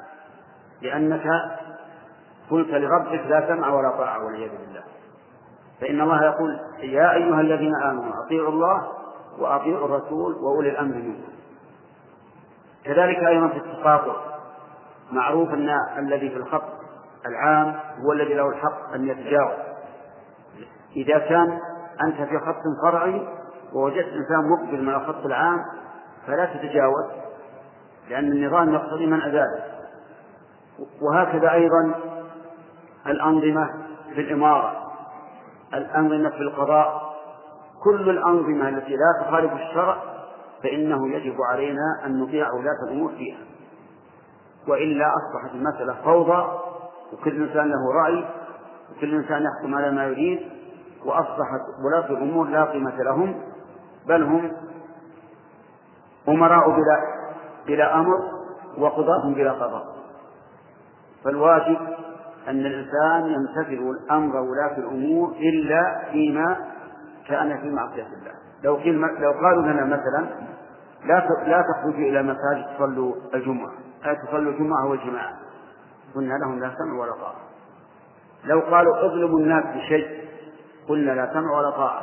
لأنك قلت لربك لا سمع ولا طاعة والعياذ بالله. فإن الله يقول يا أيها الذين آمنوا أطيعوا الله وأطيعوا الرسول وأولي الأمر منكم. كذلك أيضا في التقاطع معروف أن الذي في الخط العام هو الذي له الحق أن يتجاوز. إذا كان أنت في خط فرعي ووجدت إنسان مقبل من الخط العام فلا تتجاوز، لأن النظام يقتضي منع ذلك. وهكذا أيضا الأنظمة في الإمارة، الأنظمة في القضاء، كل الأنظمة التي لا تخالف الشرع فإنه يجب علينا أن نطيع ولاة الأمور فيها، وإلا أصبحت المسألة فوضى وكل إنسان له رأي وكل إنسان يحكم على ما يريد، وأصبحت ولاة الأمور لا قيمة لهم، بل هم أمراء بلا أمر وقضاة بلا قضاء. فالواجب أن الإنسان يمتثل أمر ولاة الأمور إلا فيما كان في معصية الله. لو قالوا لنا مثلا لا تخرجوا إلى مساجد تصلوا الجمعة تصلوا الجمعة والجماعة، قلنا لهم لا سمع ولا طاعة. لو قالوا اظلموا الناس بشيء قلنا لا سمع ولا طاعة.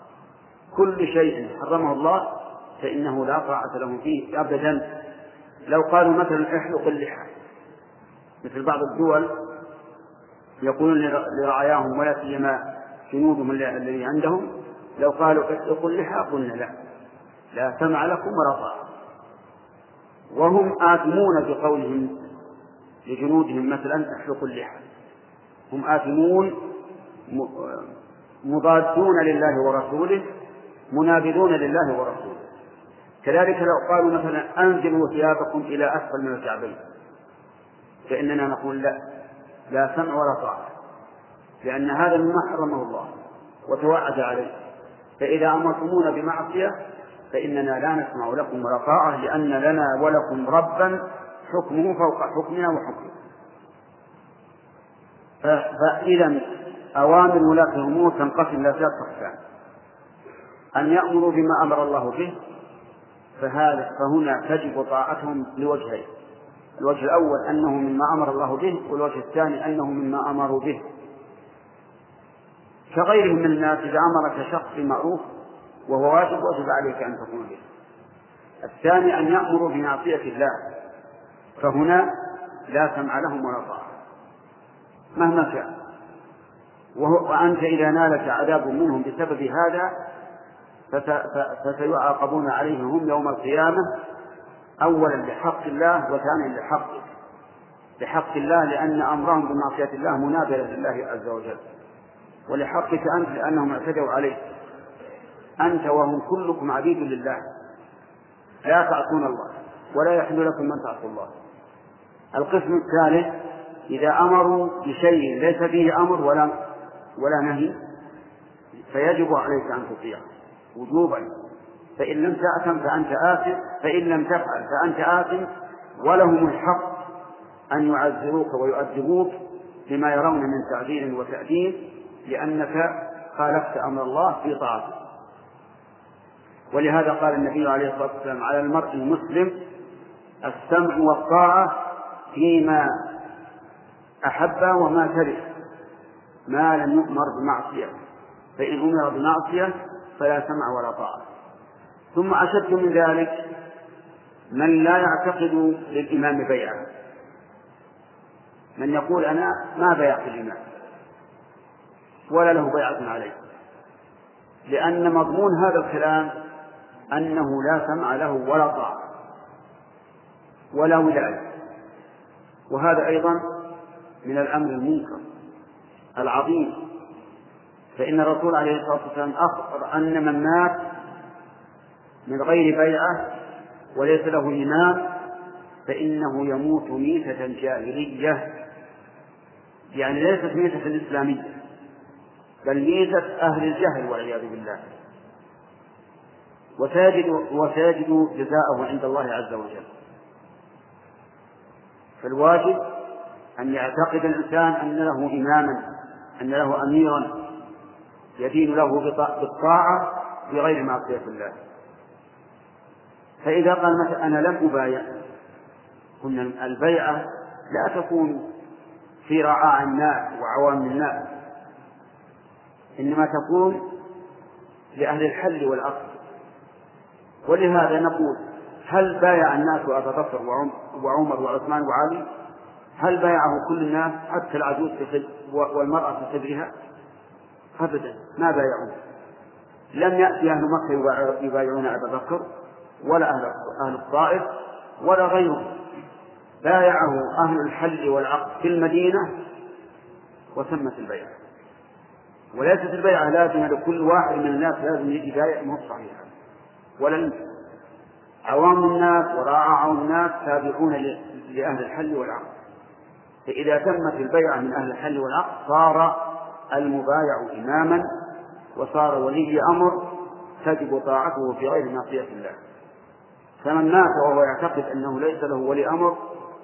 كل شيء حرمه الله فإنه لا طاعة لهم فيه أبدا. لو قالوا مثلا احلق اللحى، مثل بعض الدول يقولون لرعاياهم ولا سيما جنودهم الذي عندهم، لو قالوا احلقوا اللحى قلنا لا سمع لكم ولا طاعة. وهم آثمون بقولهم لجنودهم مثلا احلقوا اللحى، هم آثمون مضادون لله ورسوله منابذون لله ورسوله. كذلك لو قالوا مثلا أنزلوا ثيابكم إلى أسفل من الكعبين فإننا نقول لا سمع ولا طاعة، لأن هذا مما حرمه الله وتوعد عليه. فإذا أمرتمونا بمعصية فإننا لا نسمع لكم ولا طاعة، لأن لنا ولكم ربا حكمه فوق حكمنا وحكمه. فإذا أوامر ولاة الأمور تنقسم إلى ثلاث أقسام: أن يأمروا بما أمر الله به، فهنا تجب طاعتهم لوجهين: الوجه الأول أنه مما أمر الله به، والوجه الثاني أنه مما أمروا به. كغيرهم من الناس إذا أمرك شخص بمعروف وهو واجب وجب عليك أن تقوم به. الثاني أن يأمروا بمعصية الله، فهنا لا سمع لهم ولا طاعة مهما كان. وأنت إذا نالك عذاب منهم بسبب هذا فسيعاقبون عليه هم يوم القيامة، أولا لحق الله وثانيا لحق الله لأن أمرهم بمعصية الله منابذة لله عز وجل، ولحقك أنت لأنهم اعتدوا عليك. أنت وهم كلكم عبيد لله لا تعصون الله ولا يحل لكم من تعصوا الله. القسم الثالث: إذا أمروا بشيء ليس فيه أمر ولا نهي فيجب عليك أن تطيع وجوبا، فإن لم تأتم فأنت آثم، فإن لم تفعل فأنت آثم، ولهم الحق أن يعذروك ويؤدبوك بما يرون من تعذير وتأديب لأنك خالفت أمر الله في طاعته. ولهذا قال النبي عليه الصلاة والسلام: على المرء المسلم السمع والطاعة فيما أحب وما كره ما لم يؤمر بمعصية، فإن أمر بمعصية فلا سمع ولا طاعة. ثم أشد من ذلك من لا يعتقد للإمام بيعة، من يقول أنا ما بيعت الإمام ولا له بيعة عليه، لأن مضمون هذا الكلام أنه لا سمع له ولا طاعة ولا ولاية. وهذا أيضا من الأمر المنكر العظيم، فإن الرسول عليه الصلاة والسلام أخبر أن من مات من غير بيعة وليس له إمام فإنه يموت ميتة جاهلية، يعني ليست ميتة إسلامية بل ميتة أهل الجهل والعياذ بالله، وسيجد جزاءه عند الله عز وجل. فالواجب أن يعتقد الإنسان أن له إماما، أن له أميرا يدين له بالطاعة بغير معصية الله. فإذا قال مثلا أنا لم أبايع، قلنا البيعة لا تكون في رعاع الناس وعوام الناس، إنما تكون لأهل الحل والعقد. ولهذا نقول: هل بايع الناس أبا بكر وعمر وعثمان وعلي؟ هل بايعه كل الناس حتى العجوز والمرأة في صدرها؟ أبدا، ما بايعون. لم يأتي أهل مكة يبايعون أبا بكر ولا أهل الطائف ولا غيرهم، بايعه أهل الحل والعقد في المدينة وتمت البيعة. وليست البيعة لازم لكل واحد من الناس لازم يبايع، مو صحيح، ولا عوام الناس ورعاع الناس تابعون لأهل الحل والعقد. فإذا تمت البيعة من أهل الحل والعقد صار المبايع إماما وصار ولي أمر تجب طاعته في غير معصية الله. فمن مات وهو يعتقد أنه ليس له ولي أمر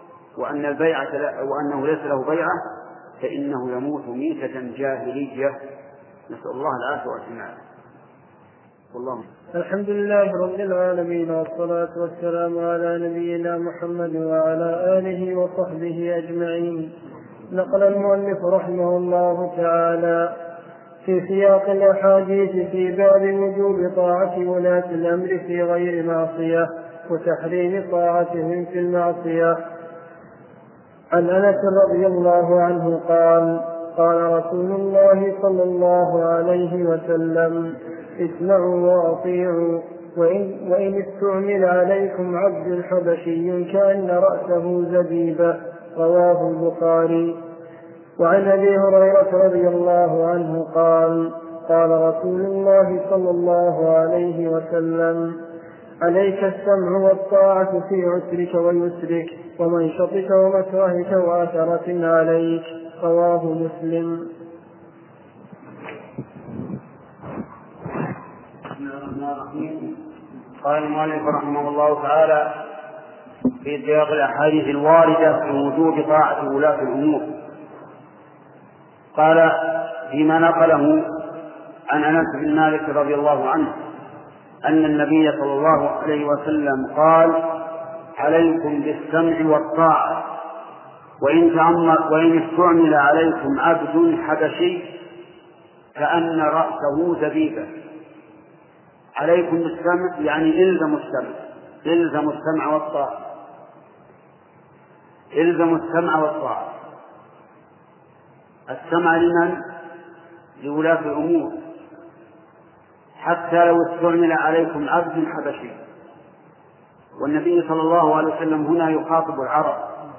وأنه ليس له بيعة فإنه يموت ميتة جاهلية، نسأل الله العافية والسلامة. والله الحمد لله رب العالمين، والصلاة والسلام على نبينا محمد وعلى آله وصحبه أجمعين. نقل المؤلف رحمه الله تعالى في سياق الأحاديث في باب وجوب طاعة ولاة الأمر في غير معصية وتحريم طاعتهم في المعصية. عن أنس رضي الله عنه قال: قال رسول الله صلى الله عليه وسلم: اسمعوا وأطيعوا، وإن استعمل عليكم عبد حبشي كأن رأسه زبيبة. رواه البخاري. وعن أبي هريرة رضي الله عنه قال: قال رسول الله صلى الله عليه وسلم: عليك السمع والطاعة في عسرك ويسرك ومنشطك ومكرهك وأثرة عليك. رواه مسلم. قال المؤلف رحمه الله تعالى في سياق الأحاديث الواردة في وجوب طاعة ولاة الأمور، قال فيما نقله عن أنس بن مالك رضي الله عنه أن النبي صلى الله عليه وسلم قال: عليكم بالسمع والطاعة وإن استعمل عليكم عبد حبشي كأن رأسه زبيبة. عليكم بالسمع يعني إلزموا السمع والطاعة، إلزموا السمع والطاعة. السمع لمن؟ لولاة الأمور، حتى لو استعمل عليكم عبد حبشي. والنبي صلى الله عليه وسلم هنا يخاطب العرب،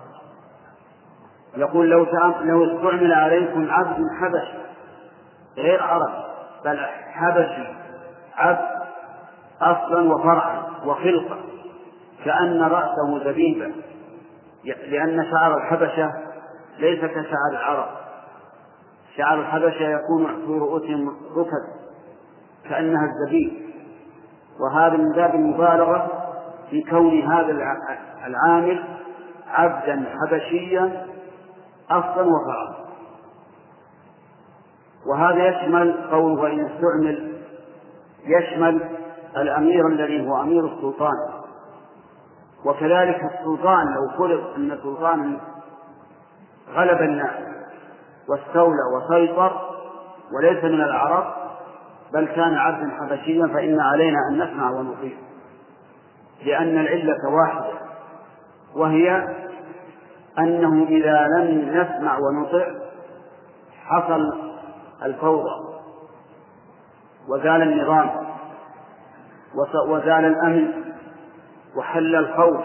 يقول لو استعمل عليكم عبد حبشي غير عرب بل حبشي، عبد أصلا وفرعا وخلقا، كأن رأسه زبيبة، لأن شعر الحبشة ليس كشعر العرب. شعر الحبشة يكون في رؤوسهم ركب كأنها الزبيب، وهذا من باب المبالغة في كون هذا العامل عبدا حبشيا أصلا وفرعا. وهذا يشمل قوله وإن استعمل، يشمل الأمير الذي هو أمير السلطان. وكذلك السلطان لو فرض أن السلطان غلب الناس واستولى وسيطر وليس من العرب بل كان عبدا حبشيا، فإن علينا أن نسمع ونطيع، لأن العلة واحدة، وهي أنه إذا لم نسمع ونطع حصل الفوضى وزال النظام وزال الأمن وحل الخوف.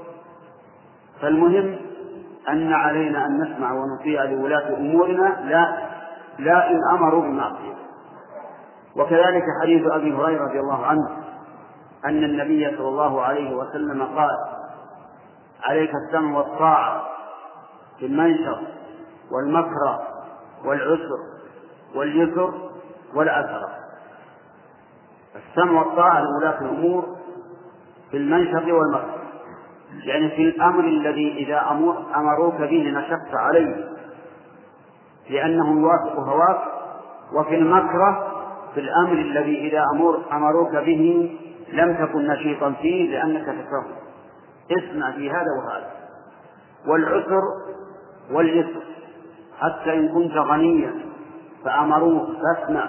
فالمهم أن علينا أن نسمع ونطيع لولاة أمورنا لا إن أمروا بمعصية. وكذلك حديث أبي هريرة رضي الله عنه أن النبي صلى الله عليه وسلم قال: عليك السمع والطاعة في المنشط والمكره والعسر واليسر والأثر. السمع والطاعة لولاة الأمور في المنشط والمكره، يعني في الأمر الذي إذا أمروك به نشقت عليه لأنه يوافق هواك، وفي المكره في الأمر الذي إذا أمروك به لم تكن نشيطا فيه لأنك تكره. اسمع في هذا وهذا. والعسر واليسر، حتى إن كنت غنيا فأمروك فاسمع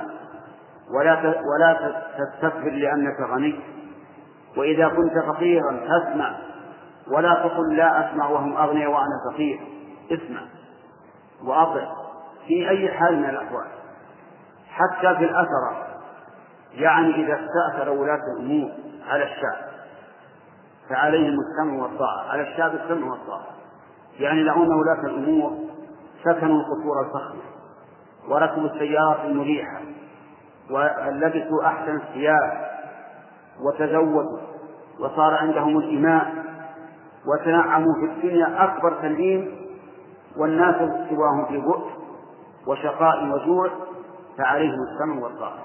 ولا تستكبر لأنك غني، وإذا كنت فقيرا فاسمع ولا تقل لا أسمع وهم أغنياء وأنا فقير. اسمع وأطع في أي حال من الأحوال، حتى في الأثر. يعني إذا استأثر ولاة الأمور على الشعب فعليهم السمع والطاعة، على الشعب السمع والطاعة. يعني لو أن ولاة الأمور سكنوا القصور الفخمة وركبوا السيارات المريحة ولبسوا أحسن الثياب وتزودوا وصار عندهم الإماء وتنعموا في الدنيا أكبر تنعيم، والناس سواهم في بؤس وشقاء وجوع، فعليهم السمع والطاعة،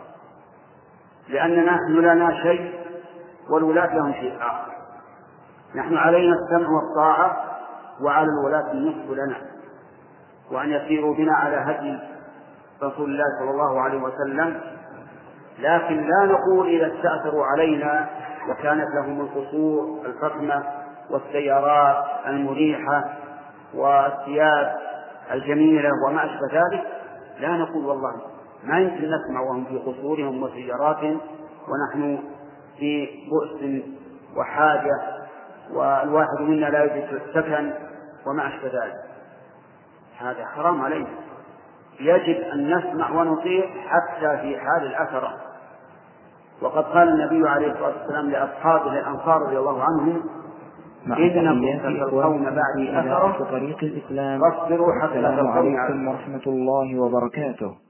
لأننا نحن لنا شيء والولاة لهم شيء آخر. نحن علينا السمع والطاعة، وعلى الولاة النصح لنا، وأن يسيروا بنا على هدي رسول الله صلى الله عليه وسلم. لكن لا نقول إذا استأثروا علينا وكانت لهم القصور الفخمة والسيارات المريحة والثياب الجميلة وما أشبه ذلك، لا نقول والله ما يمكن نسمع وهم في قصورهم وسياراتهم ونحن في بؤس وحاجة والواحد منا لا يجد سكن وما أشبه ذلك. هذا حرام علينا. يجب أن نسمع ونطيع حتى في حال الأثرة. وقد قال النبي عليه الصلاة والسلام لأصحابه الأنصار رضي الله عنهم: إنكم ستلقون بعدي أثرة طريق الإسلام. فاصبروا حتى السلام تلقون. عليكم ورحمة الله وبركاته.